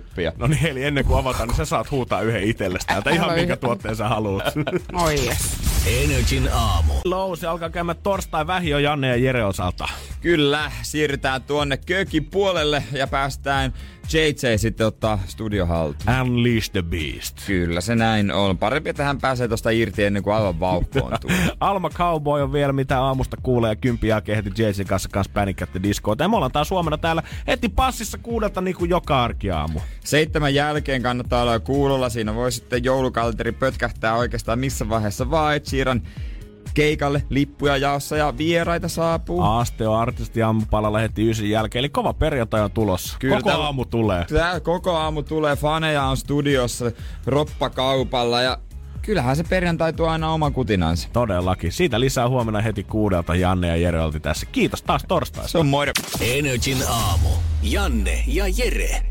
kuppia. No niin, eli ennen kuin avataan, niin sä saat huutaa yhden itsellesi täältä. Ihan minkä tuotteen sä haluut. Oi yes. Energin aamu. Lousi alkaa käymään torstai vähi on Janne ja Jere osalta. Kyllä, siirrytään tuonne köökin puolelle ja päästään J J sitten ottaa studio haltuun. Unleash the Beast. Kyllä, se näin on. Parempi, että hän pääsee tosta irti ennen kuin aivan vauhkoontuu. Alma Cowboy on vielä mitä aamusta kuulee ja kympi jälkeen heti J J:n kanssa kanssa Panic at the Discoon. Ja me ollaan taas huomenna täällä heti passissa kuudelta niin kuin joka arkiaamu. Seitsemän jälkeen kannattaa olla kuulolla. Siinä voi sitten joulukalenteri pötkähtää oikeastaan missä vaiheessa vaan. Ed Sheeran keikalle lippuja jaossa ja vieraita saapuu. Asteo artisti aamupalalla heti ysin jälkeen, eli kova perjantai on tulossa. Kyllä, koko täällä, aamu tulee. Tää koko aamu tulee, faneja on studiossa roppakaupalla ja kyllähän se perjantai tuo aina oma kutinansa. Todellakin. Siitä lisää huomenna heti kuudelta. Janne ja Jere olti tässä. Kiitos taas torstaista. Se on moi. Energin aamu. Janne ja Jere.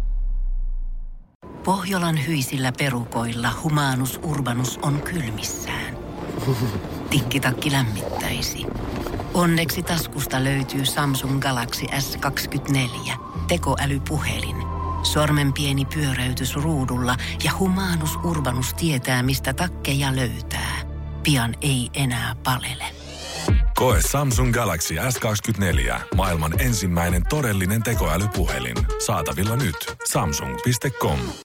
Pohjolan hyisillä perukoilla Humanus Urbanus on kylmissään. Tikkitakki lämmittäisi. Onneksi taskusta löytyy Samsung Galaxy S kaksikymmentäneljä. Tekoälypuhelin. Sormen pieni pyöräytys ruudulla ja Humanus Urbanus tietää, mistä takkeja löytää. Pian ei enää palele. Koe Samsung Galaxy S kaksikymmentäneljä. Maailman ensimmäinen todellinen tekoälypuhelin. Saatavilla nyt. Samsung piste com.